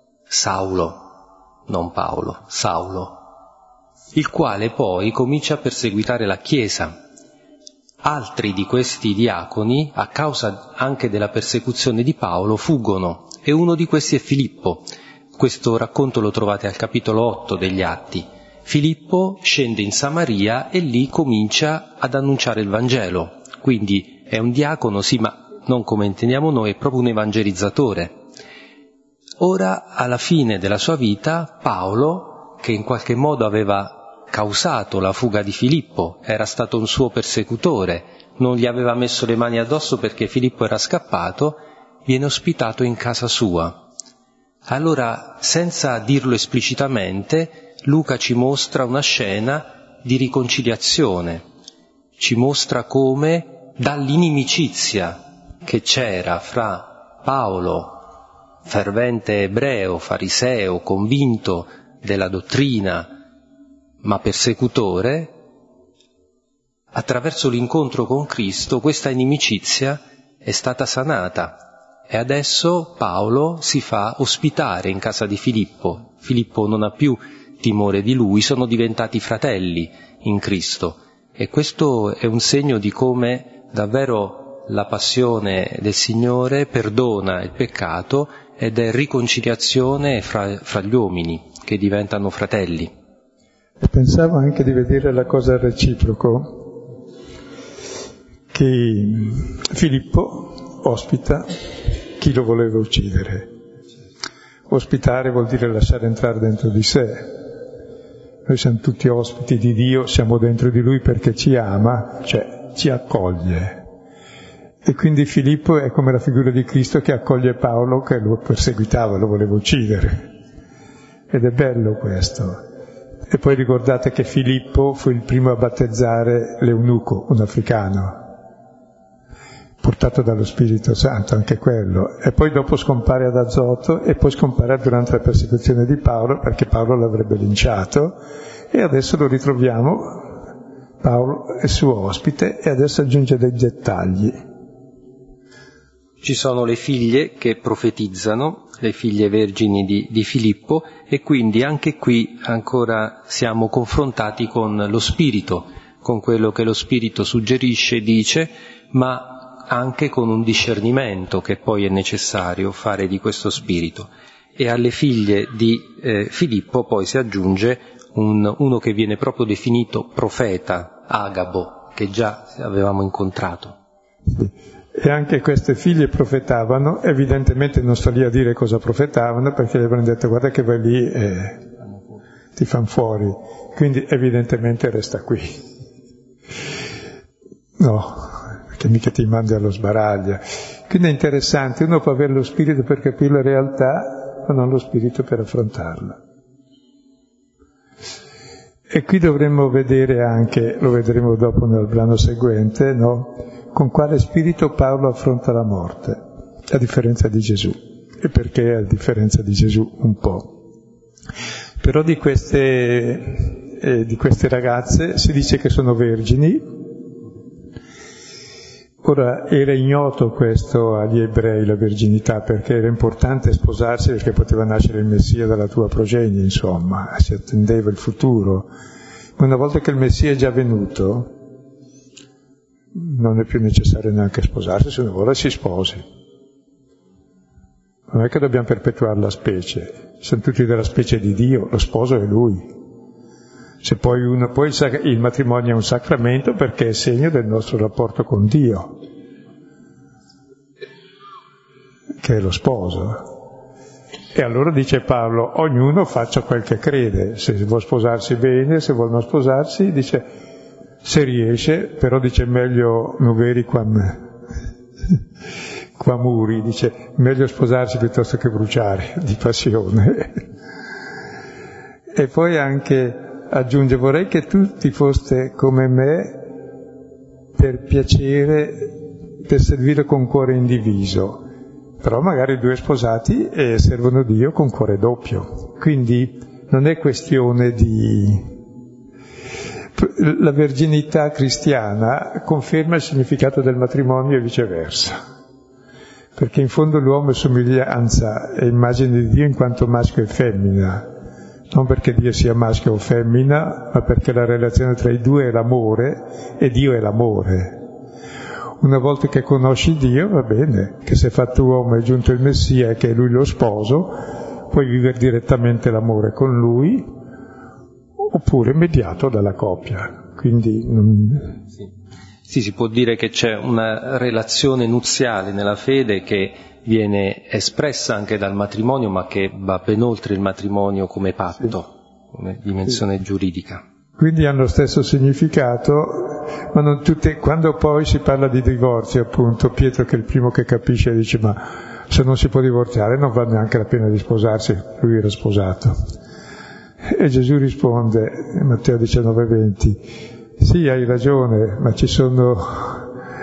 Saulo, non Paolo, Saulo, il quale poi comincia a perseguitare la Chiesa. Altri di questi diaconi, a causa anche della persecuzione di Paolo, fuggono, e uno di questi è Filippo. Questo racconto lo trovate al capitolo otto degli Atti. Filippo scende in Samaria e lì comincia ad annunciare il Vangelo. Quindi è un diacono, sì, ma non come intendiamo noi, è proprio un evangelizzatore. Ora, alla fine della sua vita, Paolo, che in qualche modo aveva causato la fuga di Filippo, era stato un suo persecutore, non gli aveva messo le mani addosso perché Filippo era scappato, viene ospitato in casa sua. Allora, senza dirlo esplicitamente, Luca ci mostra una scena di riconciliazione, ci mostra come dall'inimicizia che c'era fra Paolo, fervente ebreo, fariseo, convinto della dottrina, ma persecutore, attraverso l'incontro con Cristo questa inimicizia è stata sanata e adesso Paolo si fa ospitare in casa di Filippo. Filippo non ha più timore di lui, sono diventati fratelli in Cristo e questo è un segno di come davvero la passione del Signore perdona il peccato ed è riconciliazione fra, fra gli uomini che diventano fratelli. E pensavo anche di vedere la cosa reciproco, che Filippo ospita chi lo voleva uccidere. Ospitare vuol dire lasciare entrare dentro di sé. Noi siamo tutti ospiti di Dio, siamo dentro di Lui perché ci ama, cioè ci accoglie. E quindi Filippo è come la figura di Cristo che accoglie Paolo che lo perseguitava, lo voleva uccidere. Ed è bello questo. E poi ricordate che Filippo fu il primo a battezzare l'eunuco, un africano, portato dallo Spirito Santo, anche quello. E poi dopo scompare ad Azoto e poi scompare durante la persecuzione di Paolo, perché Paolo l'avrebbe linciato, e adesso lo ritroviamo, Paolo è suo ospite, e adesso aggiunge dei dettagli. Ci sono le figlie che profetizzano, le figlie vergini di, di Filippo, e quindi anche qui ancora siamo confrontati con lo Spirito, con quello che lo Spirito suggerisce, dice, ma anche con un discernimento che poi è necessario fare di questo Spirito. E alle figlie di eh, Filippo poi si aggiunge un, uno che viene proprio definito profeta, Agabo, che già avevamo incontrato. E anche queste figlie profetavano, evidentemente non sto lì a dire cosa profetavano, perché le avevano detto guarda che vai lì e ti fan fuori, quindi evidentemente resta qui. No, che mica ti mandi allo sbaraglio. Quindi è interessante, uno può avere lo spirito per capire la realtà, ma non lo spirito per affrontarla. E qui dovremmo vedere anche, lo vedremo dopo nel brano seguente, no? Con quale spirito Paolo affronta la morte, a differenza di Gesù. E perché a differenza di Gesù un po'. Però di queste, eh, di queste ragazze si dice che sono vergini. Ora, era ignoto questo agli ebrei, la verginità, perché era importante sposarsi perché poteva nascere il Messia dalla tua progenie, insomma, si attendeva il futuro. Ma una volta che il Messia è già venuto, non è più necessario neanche sposarsi, se uno vuole si sposi. Non è che dobbiamo perpetuare la specie, siamo tutti della specie di Dio, lo sposo è Lui. Se poi uno, poi il, sac- il matrimonio è un sacramento perché è segno del nostro rapporto con Dio, che è lo sposo. E allora dice Paolo, ognuno faccia quel che crede, se vuol sposarsi bene, se vuol non sposarsi, dice se riesce, però dice meglio nuveri quam, quamuri, dice meglio sposarsi piuttosto che bruciare di passione. E poi anche aggiunge, vorrei che tutti foste come me per piacere, per servire con cuore indiviso, però magari due sposati e servono Dio con cuore doppio. Quindi non è questione di La verginità cristiana conferma il significato del matrimonio e viceversa, perché in fondo l'uomo è somiglianza e immagine di Dio in quanto maschio e femmina, non perché Dio sia maschio o femmina, ma perché la relazione tra i due è l'amore e Dio è l'amore. Una volta che conosci Dio, va bene, che sei fatto uomo, è giunto il Messia e che è Lui lo sposo, puoi vivere direttamente l'amore con Lui, oppure mediato dalla coppia. Quindi non... sì. sì, si può dire che c'è una relazione nuziale nella fede che viene espressa anche dal matrimonio, ma che va ben oltre il matrimonio come patto, sì. come dimensione sì. giuridica. Quindi hanno lo stesso significato, ma non tutte. Quando poi si parla di divorzio, appunto, Pietro, che è il primo che capisce, dice: ma se non si può divorziare non vale neanche la pena di sposarsi, lui era sposato. E Gesù risponde, Matteo diciannove venti, sì, hai ragione, ma ci sono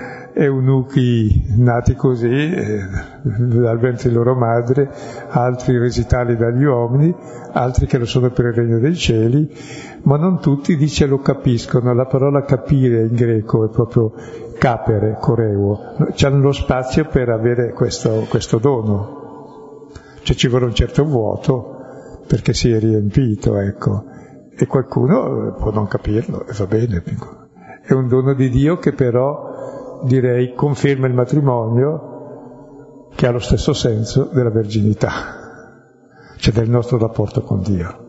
eunuchi nati così, eh, dal ventre di loro madre, altri resi tali dagli uomini, altri che lo sono per il regno dei cieli, ma non tutti, dice, lo capiscono. La parola capire in greco è proprio capere, coreo, c'hanno lo spazio per avere questo, questo dono, cioè ci vuole un certo vuoto perché si è riempito, ecco, e qualcuno può non capirlo e va bene, è un dono di Dio che però, direi, conferma il matrimonio, che ha lo stesso senso della verginità, cioè del nostro rapporto con Dio.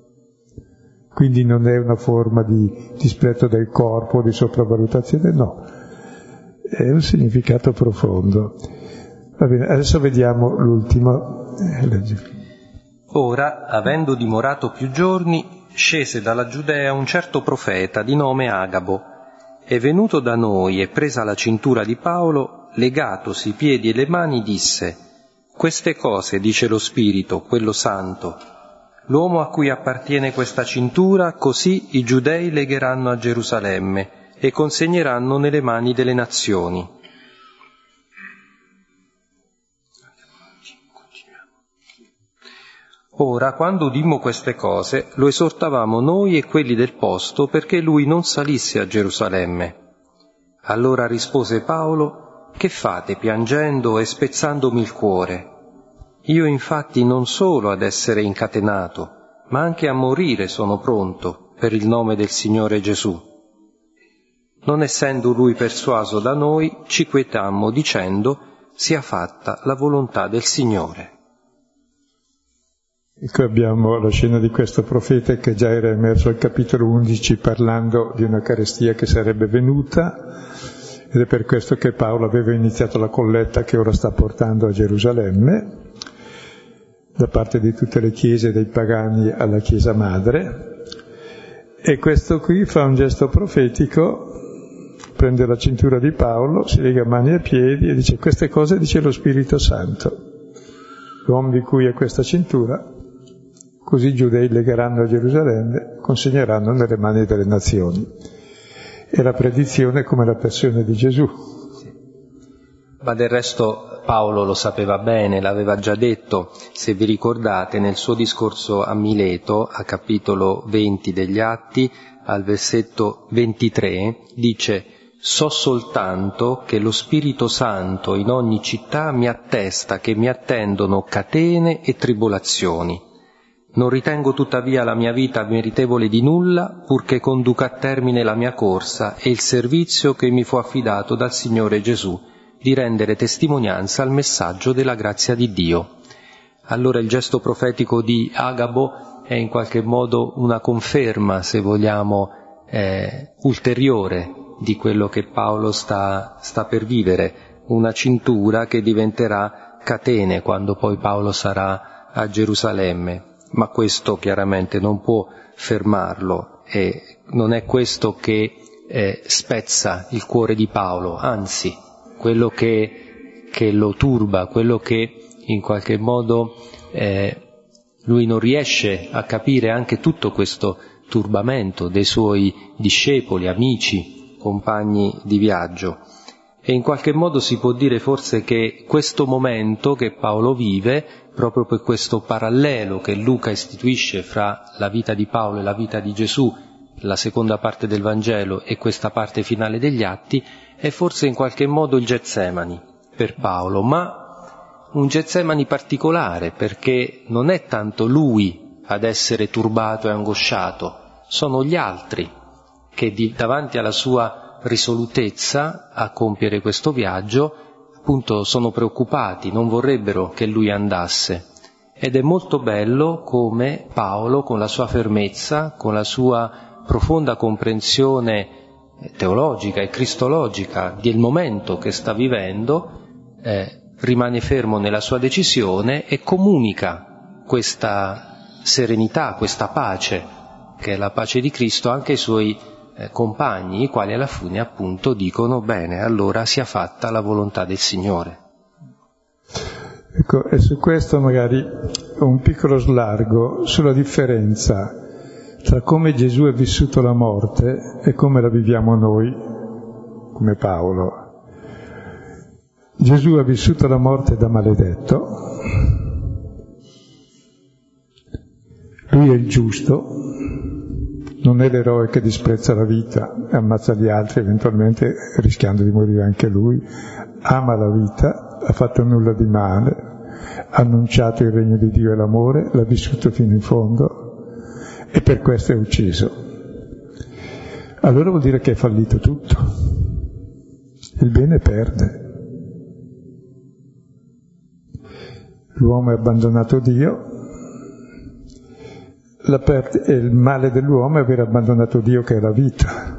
Quindi non è una forma di dispretto del corpo, di sopravvalutazione, no, è un significato profondo. Va bene, adesso vediamo l'ultimo. Eh, Ora, avendo dimorato più giorni, scese dalla Giudea un certo profeta di nome Agabo, e venuto da noi e presa la cintura di Paolo, legatosi i piedi e le mani, disse: queste cose dice lo Spirito, quello santo. L'uomo a cui appartiene questa cintura, così i giudei legheranno a Gerusalemme e consegneranno nelle mani delle nazioni. Ora, quando udimmo queste cose, lo esortavamo noi e quelli del posto perché lui non salisse a Gerusalemme. Allora rispose Paolo: che fate piangendo e spezzandomi il cuore? Io infatti non solo ad essere incatenato, ma anche a morire sono pronto per il nome del Signore Gesù. Non essendo lui persuaso da noi, ci quietammo dicendo: sia fatta la volontà del Signore. Ecco, abbiamo la scena di questo profeta che già era emerso al capitolo undici parlando di una carestia che sarebbe venuta, ed è per questo che Paolo aveva iniziato la colletta che ora sta portando a Gerusalemme, da parte di tutte le chiese dei pagani alla chiesa madre, e questo qui fa un gesto profetico, prende la cintura di Paolo, si lega mani e piedi e dice: queste cose dice lo Spirito Santo, l'uomo di cui è questa cintura, così i giudei legheranno a Gerusalemme, consegneranno nelle mani delle nazioni. E la predizione come la passione di Gesù. Ma del resto Paolo lo sapeva bene, l'aveva già detto, se vi ricordate, nel suo discorso a Mileto, a capitolo venti degli Atti, al versetto ventitré, dice: so soltanto che lo Spirito Santo in ogni città mi attesta che mi attendono catene e tribolazioni. Non ritengo tuttavia la mia vita meritevole di nulla, purché conduca a termine la mia corsa e il servizio che mi fu affidato dal Signore Gesù, di rendere testimonianza al messaggio della grazia di Dio. Allora il gesto profetico di Agabo è in qualche modo una conferma, se vogliamo, eh, ulteriore di quello che Paolo sta, sta per vivere, una cintura che diventerà catene quando poi Paolo sarà a Gerusalemme. Ma questo chiaramente non può fermarlo, e non è questo che eh, spezza il cuore di Paolo, anzi, quello che, che lo turba, quello che in qualche modo eh, lui non riesce a capire anche tutto questo turbamento dei suoi discepoli, amici, compagni di viaggio. E in qualche modo si può dire forse che questo momento che Paolo vive, proprio per questo parallelo che Luca istituisce fra la vita di Paolo e la vita di Gesù, la seconda parte del Vangelo e questa parte finale degli Atti, è forse in qualche modo il Getsemani per Paolo, ma un Getsemani particolare, perché non è tanto lui ad essere turbato e angosciato, sono gli altri che di, davanti alla sua risolutezza a compiere questo viaggio, appunto sono preoccupati, non vorrebbero che lui andasse. Ed è molto bello come Paolo, con la sua fermezza, con la sua profonda comprensione teologica e cristologica del momento che sta vivendo, eh, rimane fermo nella sua decisione e comunica questa serenità, questa pace, che è la pace di Cristo, anche ai suoi eh, compagni, i quali alla fine appunto dicono: bene, allora sia fatta la volontà del Signore. Ecco, e su questo magari un piccolo slargo sulla differenza tra come Gesù ha vissuto la morte e come la viviamo noi, come Paolo. Gesù ha vissuto la morte da maledetto, lui è il giusto, non è l'eroe che disprezza la vita e ammazza gli altri, eventualmente rischiando di morire anche lui, ama la vita, ha fatto nulla di male, ha annunciato il regno di Dio e l'amore, l'ha vissuto fino in fondo e per questo è ucciso. Allora vuol dire che è fallito tutto. Il bene perde. L'uomo è abbandonato Dio, la per- e il male dell'uomo è aver abbandonato Dio, che è la vita.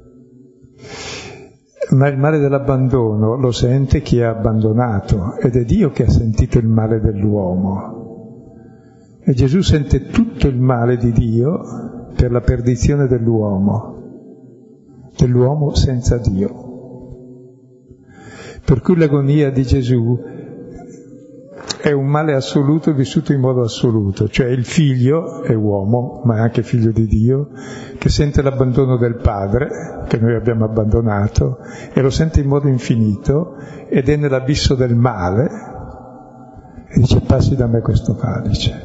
Ma il male dell'abbandono lo sente chi è abbandonato, ed è Dio che ha sentito il male dell'uomo. E Gesù sente tutto il male di Dio per la perdizione dell'uomo, dell'uomo senza Dio. Per cui l'agonia di Gesù è un male assoluto vissuto in modo assoluto, cioè il figlio è uomo, ma è anche figlio di Dio, che sente l'abbandono del padre, che noi abbiamo abbandonato, e lo sente in modo infinito, ed è nell'abisso del male, e dice: passi da me questo calice.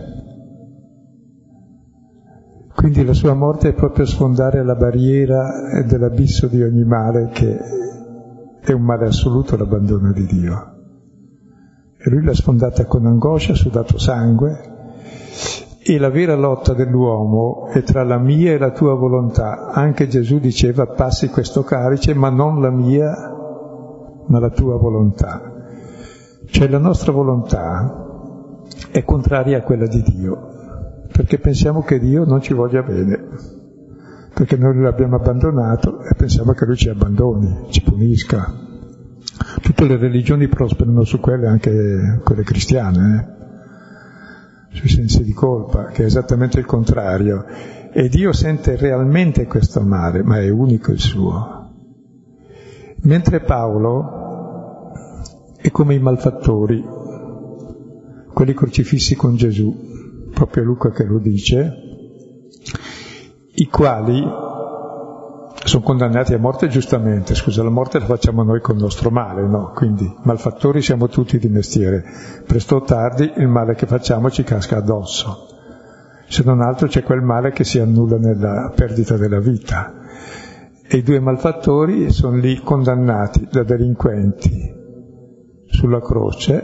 Quindi la sua morte è proprio sfondare la barriera dell'abisso di ogni male, che è un male assoluto, l'abbandono di Dio. E lui l'ha sfondata con angoscia, ha sudato sangue, e la vera lotta dell'uomo è tra la mia e la tua volontà. Anche Gesù diceva: passi questo calice, ma non la mia, ma la tua volontà. Cioè la nostra volontà è contraria a quella di Dio, perché pensiamo che Dio non ci voglia bene, perché noi l'abbiamo abbandonato e pensiamo che lui ci abbandoni, ci punisca. Tutte le religioni prosperano su quelle, anche quelle cristiane, eh? Sui sensi di colpa, che è esattamente il contrario. E Dio sente realmente questo male, ma è unico il suo. Mentre Paolo è come i malfattori, quelli crocifissi con Gesù, proprio Luca che lo dice, i quali sono condannati a morte giustamente. Scusa, la morte la facciamo noi col nostro male, no? Quindi malfattori siamo tutti di mestiere. Presto o tardi il male che facciamo ci casca addosso. Se non altro c'è quel male che si annulla nella perdita della vita. E i due malfattori sono lì condannati da delinquenti sulla croce,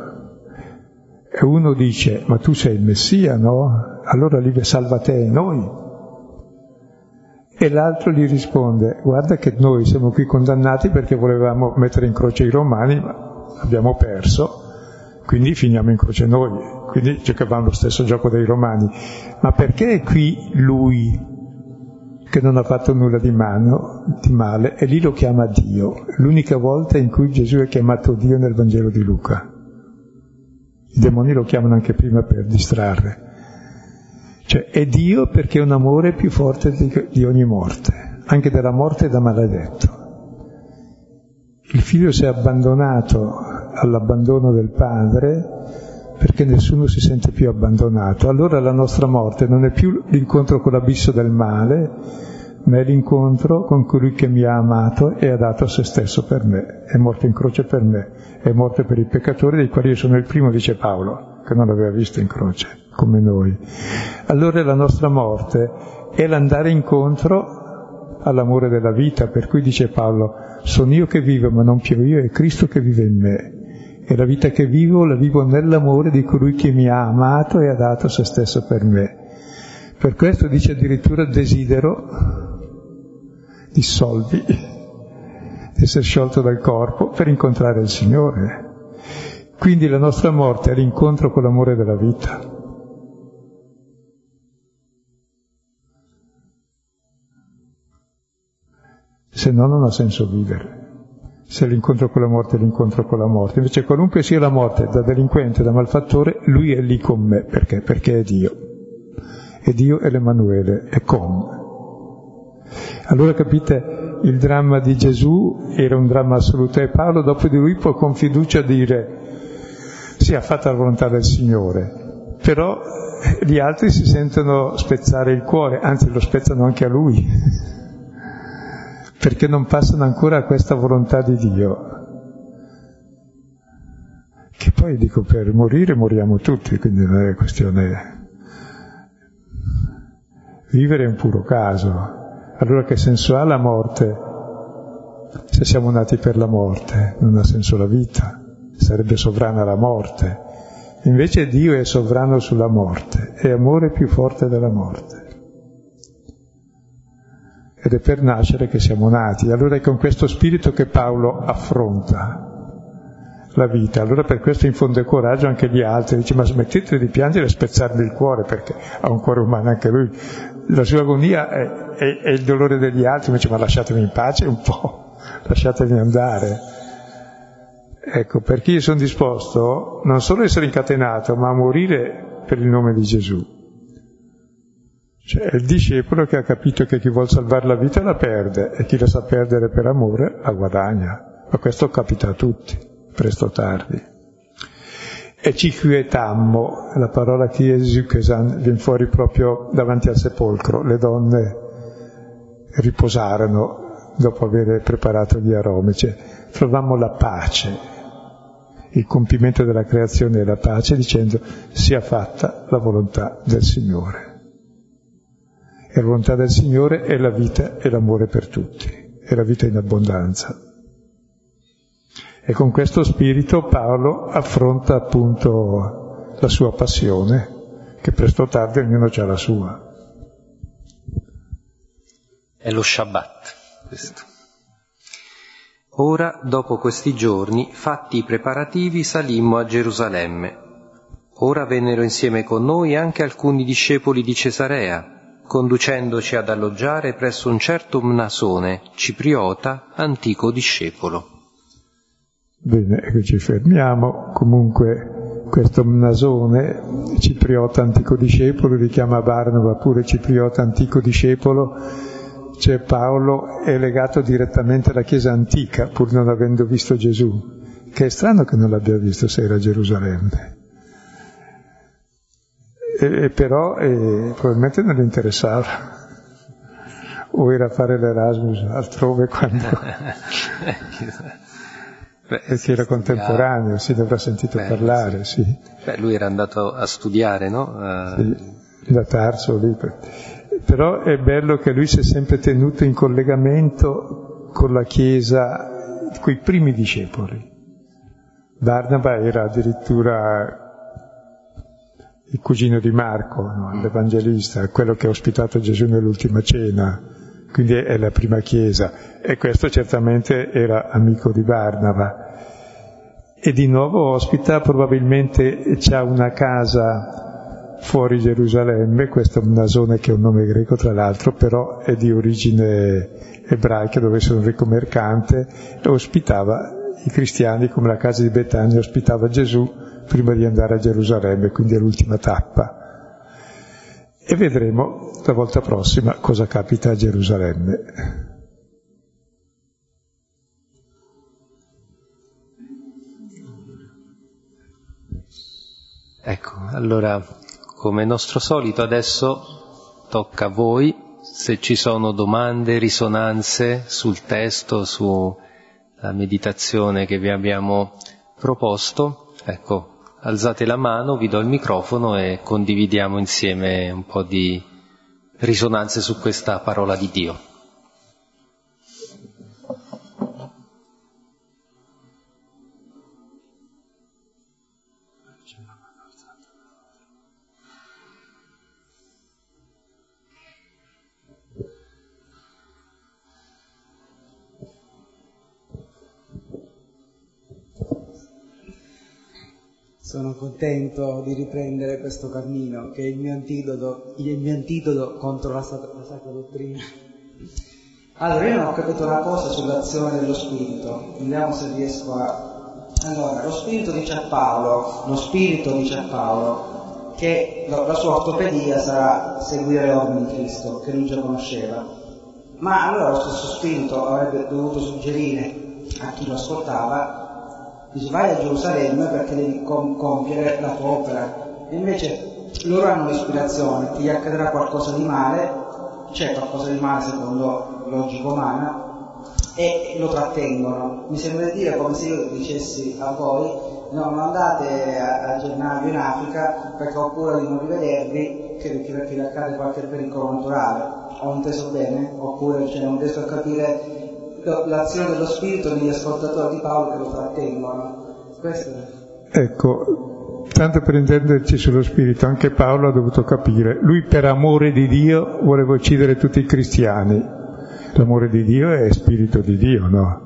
e uno dice: ma tu sei il Messia, no? Allora lì salva te e noi. E l'altro gli risponde: guarda che noi siamo qui condannati perché volevamo mettere in croce i romani, ma abbiamo perso, quindi finiamo in croce noi, quindi giocavamo lo stesso gioco dei romani. Ma perché è qui lui che non ha fatto nulla di, mano, di male, e lì lo chiama Dio? L'unica volta in cui Gesù è chiamato Dio nel Vangelo di Luca. I demoni lo chiamano anche prima per distrarre. Cioè è Dio perché è un amore più forte di, di ogni morte, anche della morte da maledetto. Il figlio si è abbandonato all'abbandono del padre perché nessuno si sente più abbandonato. Allora la nostra morte non è più l'incontro con l'abisso del male, ma è l'incontro con colui che mi ha amato e ha dato se stesso per me. È morto in croce per me, è morto per i peccatori, dei quali io sono il primo, dice Paolo, che non l'aveva visto in croce. come noi. Allora la nostra morte è l'andare incontro all'amore della vita, per cui dice Paolo, sono io che vivo, ma non più io, è Cristo che vive in me. E la vita che vivo, la vivo nell'amore di colui che mi ha amato e ha dato se stesso per me. Per questo dice addirittura desidero, dissolvi, essere sciolto dal corpo per incontrare il Signore. Quindi la nostra morte è l'incontro con l'amore della vita. Se no non ha senso vivere. Se l'incontro con la morte è l'incontro con la morte. Invece qualunque sia la morte, da delinquente, da malfattore, lui è lì con me. Perché? Perché è Dio. E Dio è l'Emanuele, è con. Allora capite, il dramma di Gesù era un dramma assoluto e Paolo dopo di lui può con fiducia dire sì, ha fatto la volontà del Signore, però gli altri si sentono spezzare il cuore, anzi lo spezzano anche a lui, perché non passano ancora a questa volontà di Dio. Che poi dico, per morire moriamo tutti, quindi non è questione. Vivere è un puro caso. Allora che senso ha la morte se siamo nati per la morte? Non ha senso la vita, sarebbe sovrana la morte. Invece Dio è sovrano sulla morte, è amore più forte della morte. Ed è per nascere che siamo nati. Allora è con questo spirito che Paolo affronta la vita. Allora per questo infonde coraggio anche agli altri. Dice, ma smettete di piangere e spezzarmi il cuore, perché ha un cuore umano anche lui. La sua agonia è, è, è il dolore degli altri, invece ma lasciatemi in pace un po', lasciatemi andare. Ecco, perché io sono disposto non solo a essere incatenato, ma a morire per il nome di Gesù. Cioè è il discepolo che ha capito che chi vuol salvare la vita la perde, e chi la sa perdere per amore la guadagna. Ma questo capita a tutti, presto o tardi. E ci quietammo, la parola chiesi che viene fuori proprio davanti al sepolcro. Le donne riposarono dopo aver preparato gli aromi, cioè trovammo la pace, il compimento della creazione e la pace, dicendo sia fatta la volontà del Signore. E la volontà del Signore è la vita e l'amore per tutti, è la vita in abbondanza. E con questo spirito Paolo affronta appunto la sua passione, che presto o tardi ognuno ha la sua. È lo Shabbat, questo. Ora, dopo questi giorni, fatti i preparativi, salimmo a Gerusalemme. Ora vennero insieme con noi anche alcuni discepoli di Cesarea, conducendoci ad alloggiare presso un certo Mnasone, cipriota, antico discepolo. Bene, qui ci fermiamo. Comunque questo Mnasone, cipriota antico discepolo, richiama Barnaba pure cipriota antico discepolo, cioè Paolo è legato direttamente alla Chiesa antica, pur non avendo visto Gesù, che è strano che non l'abbia visto se era a Gerusalemme. E, e però eh, probabilmente non gli interessava, o era a fare l'Erasmus altrove quando... Beh, perché era contemporaneo, si dovrà sentito Beh, parlare, sì. sì. Beh, lui era andato a studiare, no? Uh... Sì, da Tarso lì. Però è bello che lui si è sempre tenuto in collegamento con la Chiesa, con i primi discepoli. Barnaba era addirittura il cugino di Marco, no? L'Evangelista, quello che ha ospitato Gesù nell'ultima cena. Quindi è la prima chiesa, e questo certamente era amico di Barnaba. E di nuovo ospita, probabilmente c'ha una casa fuori Gerusalemme, questo Mnasone che è un nome greco tra l'altro, però è di origine ebraica, dove essere un ricco mercante, e ospitava i cristiani come la casa di Betania ospitava Gesù prima di andare a Gerusalemme, quindi è l'ultima tappa. E vedremo la volta prossima cosa capita a Gerusalemme. Ecco, allora, come nostro solito, adesso tocca a voi, se ci sono domande, risonanze sul testo, sulla meditazione che vi abbiamo proposto, ecco, alzate la mano, vi do il microfono e condividiamo insieme un po' di risonanze su questa parola di Dio. Sono contento di riprendere questo cammino, che è il mio antidoto, il mio antidoto contro la, sacra, la sacra dottrina. Allora, io non ho capito una cosa sull'azione dello Spirito, vediamo se riesco a... Allora, lo Spirito dice a Paolo, lo Spirito dice a Paolo che la sua ortopedia sarà seguire le orme di Cristo, che lui già conosceva. Ma allora lo stesso Spirito avrebbe dovuto suggerire a chi lo ascoltava: dice, vai a Gerusalemme perché devi com- compiere la tua opera. E invece loro hanno l'ispirazione, ti accadrà qualcosa di male, c'è qualcosa di male secondo logica umana, e lo trattengono. Mi sembra di dire come se io dicessi a voi: no, non andate a, a gennaio in Africa perché ho paura di non rivedervi, che vi accade qualche pericolo naturale. Ho inteso bene? Oppure cioè, non riesco a capire l'azione dello Spirito negli ascoltatori di Paolo che lo trattengono. Questo è... Ecco, tanto per intenderci sullo Spirito, anche Paolo ha dovuto capire, lui per amore di Dio voleva uccidere tutti i cristiani. L'amore di Dio è spirito di Dio, no?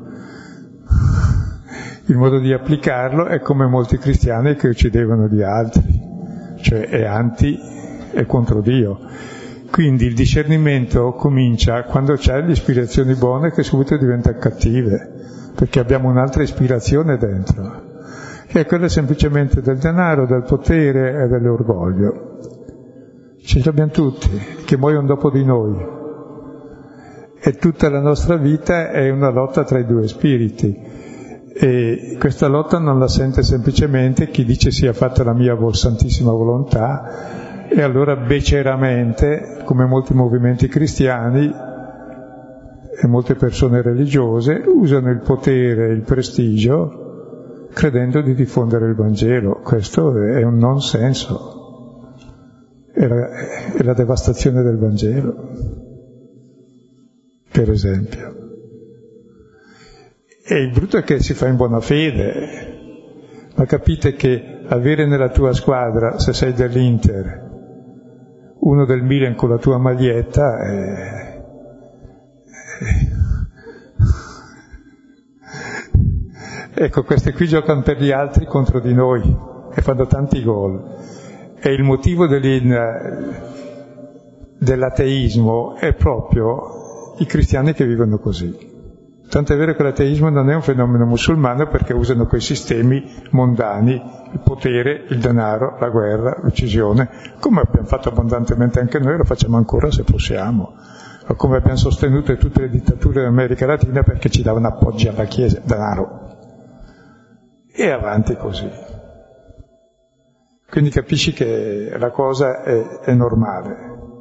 Il modo di applicarlo è come molti cristiani che uccidevano gli altri, cioè è anti, è contro Dio. Quindi il discernimento comincia quando c'è le ispirazioni buone che subito diventano cattive, perché abbiamo un'altra ispirazione dentro, che è quella semplicemente del denaro, del potere e dell'orgoglio. Ce l'abbiamo tutti, che muoiono dopo di noi. E tutta la nostra vita è una lotta tra i due spiriti. E questa lotta non la sente semplicemente chi dice sia fatta la mia santissima volontà, e allora beceramente, come molti movimenti cristiani e molte persone religiose, usano il potere e il prestigio credendo di diffondere il Vangelo. Questo è un non senso, è la, è la devastazione del Vangelo, per esempio. E il brutto è che si fa in buona fede, ma capite che avere nella tua squadra, se sei dell'Inter, uno del Milan con la tua maglietta è... è... ecco, questi qui giocano per gli altri contro di noi e fanno tanti gol, e il motivo dell'ateismo è proprio i cristiani che vivono così. Tanto è vero che l'ateismo non è un fenomeno musulmano, perché usano quei sistemi mondani, il potere, il denaro, la guerra, l'uccisione, come abbiamo fatto abbondantemente anche noi, lo facciamo ancora se possiamo, o come abbiamo sostenuto tutte le dittature dell'America Latina perché ci davano appoggi alla Chiesa, denaro. E avanti così. Quindi capisci che la cosa è, è normale,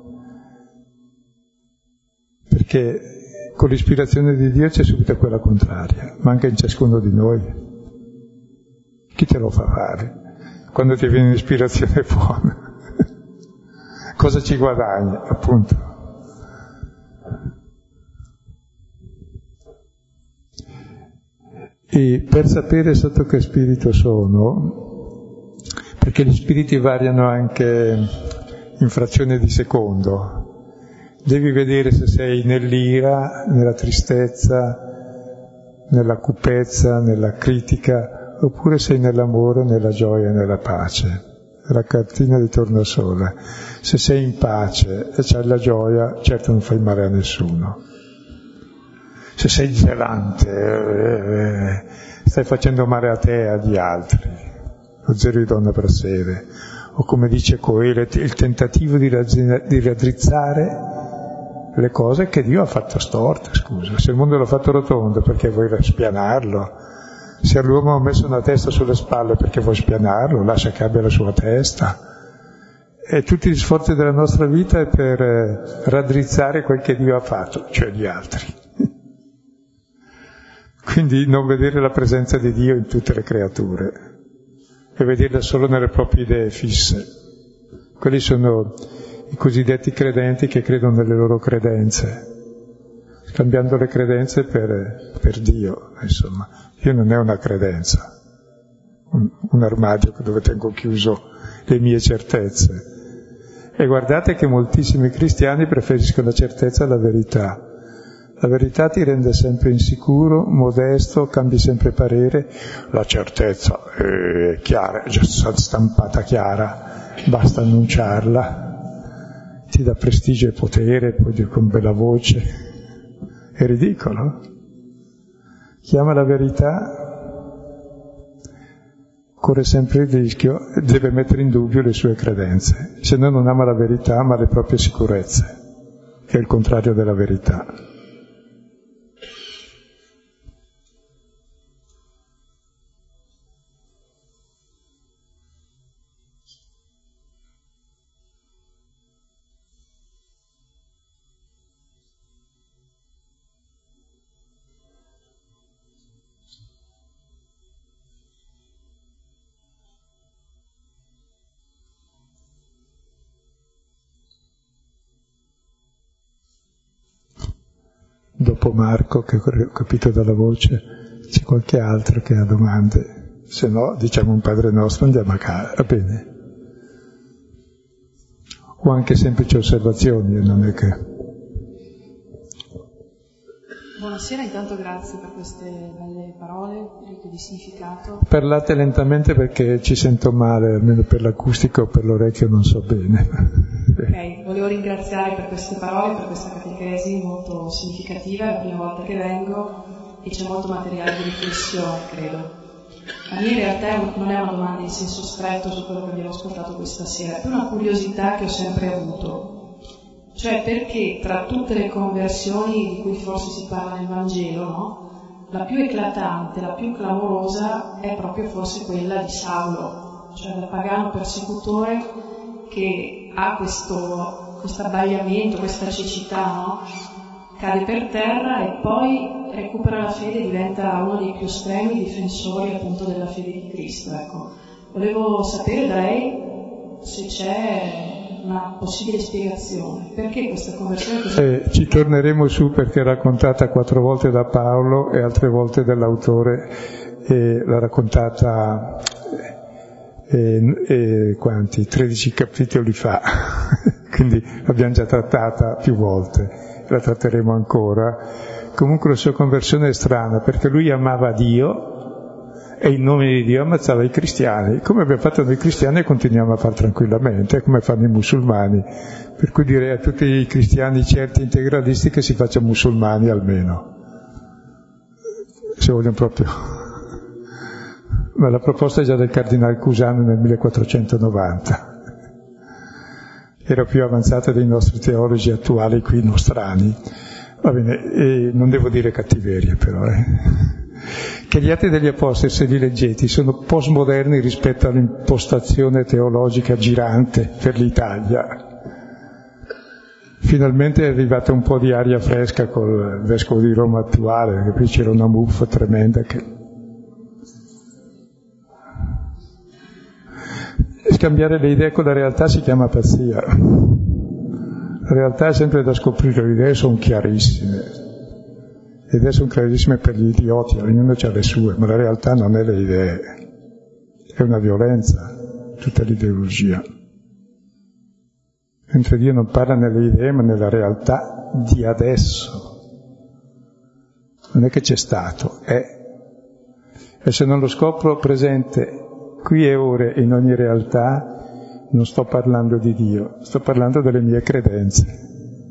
perché con l'ispirazione di Dio c'è subito quella contraria, ma anche in ciascuno di noi. Chi te lo fa fare? Quando ti viene un'ispirazione buona, cosa ci guadagni, appunto? E per sapere sotto che spirito sono, perché gli spiriti variano anche in frazione di secondo, devi vedere se sei nell'ira, nella tristezza, nella cupezza, nella critica, oppure sei nell'amore, nella gioia, nella pace. La cartina di tornasole. Se sei in pace e c'hai la gioia, certo non fai male a nessuno. Se sei zelante, eh, stai facendo male a te e agli altri. Lo zero di donna per sere. O come dice Coelet, il tentativo di, razzina, di raddrizzare le cose che Dio ha fatto storte, scusa. Se il mondo l'ha fatto rotondo, perché vuoi spianarlo? Se l'uomo ha messo una testa sulle spalle, perché vuoi spianarlo? Lascia che abbia la sua testa. E tutti gli sforzi della nostra vita è per eh, raddrizzare quel che Dio ha fatto, cioè gli altri. Quindi non vedere la presenza di Dio in tutte le creature. e vederla solo nelle proprie idee fisse. Quelli sono i cosiddetti credenti che credono nelle loro credenze, scambiando le credenze per, per Dio, insomma. Io non è una credenza, un, un armadio dove tengo chiuso le mie certezze. E guardate che moltissimi cristiani preferiscono la certezza alla verità. La verità ti rende sempre insicuro, modesto, cambi sempre parere. La certezza è chiara, è già stampata chiara, basta annunciarla. Ti dà prestigio e potere, poi dico con bella voce. È ridicolo. Chi ama la verità corre sempre il rischio, deve mettere in dubbio le sue credenze. Se no non ama la verità, ama le proprie sicurezze, che è il contrario della verità. Dopo Marco, che ho capito dalla voce, c'è qualche altro che ha domande? Se no, diciamo un Padre Nostro, andiamo a casa, va bene? O anche semplici osservazioni, non è che... Buonasera, intanto grazie per queste belle parole, ricche di significato. Parlate lentamente perché ci sento male, almeno per l'acustico o per l'orecchio non so bene. Ok, volevo ringraziare per queste parole, per questa catechesi molto significativa, è la prima volta che vengo e c'è molto materiale di riflessione, credo. La mia in realtà non è una domanda in senso stretto su quello che abbiamo ascoltato questa sera, è più una curiosità che ho sempre avuto. Cioè perché tra tutte le conversioni di cui forse si parla nel Vangelo, no? La più eclatante, la più clamorosa è proprio forse quella di Saulo, cioè del pagano persecutore che ha questo abbagliamento, questa cecità, no? Cade per terra e poi recupera la fede e diventa uno dei più estremi difensori appunto della fede di Cristo. Ecco, volevo sapere da lei se c'è una possibile spiegazione. Perché questa conversione così... Eh, ci torneremo su perché è raccontata quattro volte da Paolo e altre volte dall'autore, e l'ha raccontata eh, eh, quanti? tredici capitoli fa, quindi l'abbiamo già trattata più volte, la tratteremo ancora. Comunque la sua conversione è strana perché lui amava Dio e in nome di Dio ammazzava i cristiani, come abbiamo fatto noi cristiani e continuiamo a fare tranquillamente, come fanno i musulmani. Per cui direi a tutti i cristiani certi integralisti che si facciano musulmani almeno, se vogliono proprio. Ma la proposta è già del cardinale Cusano nel millequattrocentonovanta. Era più avanzata dei nostri teologi attuali qui nostrani. Va bene, e non devo dire cattiverie però, eh. Che gli Atti degli Apostoli, se li leggete, sono postmoderni rispetto all'impostazione teologica girante per l'Italia. Finalmente è arrivata un po' di aria fresca col vescovo di Roma attuale, perché qui c'era una muffa tremenda che... Scambiare le idee con la realtà si chiama pazzia. La realtà è sempre da scoprire, le idee sono chiarissime. Le idee sono chiarissime per gli idioti, ognuno ha le sue, ma la realtà non è le idee, è una violenza, tutta l'ideologia. Mentre Dio non parla nelle idee, ma nella realtà di adesso. Non è che c'è stato, è. E se non lo scopro presente qui e ora in ogni realtà, non sto parlando di Dio, sto parlando delle mie credenze,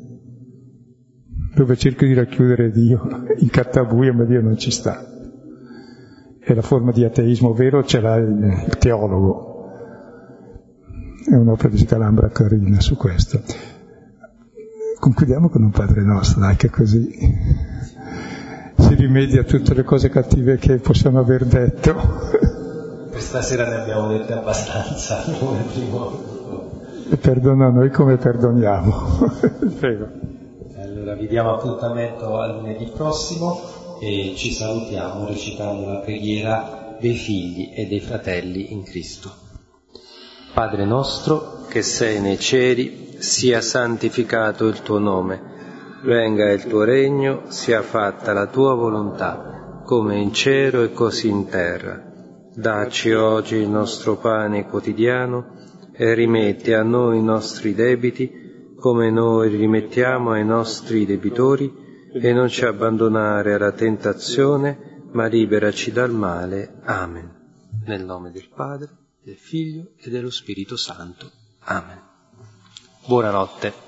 dove cerco di racchiudere Dio in cattabuio, ma Dio non ci sta. E la forma di ateismo vero ce l'ha il, il teologo. È un'opera di Scalambra carina su questo. Concludiamo con un Padre Nostro, dai, che così si rimedia a tutte le cose cattive che possiamo aver detto. Questa sera ne abbiamo dette abbastanza, come primo. E perdona a noi come perdoniamo. Prego. Allora vi diamo appuntamento al lunedì prossimo e ci salutiamo recitando la preghiera dei figli e dei fratelli in Cristo. Padre nostro, che sei nei cieli, sia santificato il tuo nome, venga il tuo regno, sia fatta la tua volontà, come in cielo e così in terra. Dacci oggi il nostro pane quotidiano e rimetti a noi i nostri debiti, come noi rimettiamo ai nostri debitori, e non ci abbandonare alla tentazione, ma liberaci dal male. Amen. Nel nome del Padre, del Figlio e dello Spirito Santo. Amen. Buonanotte.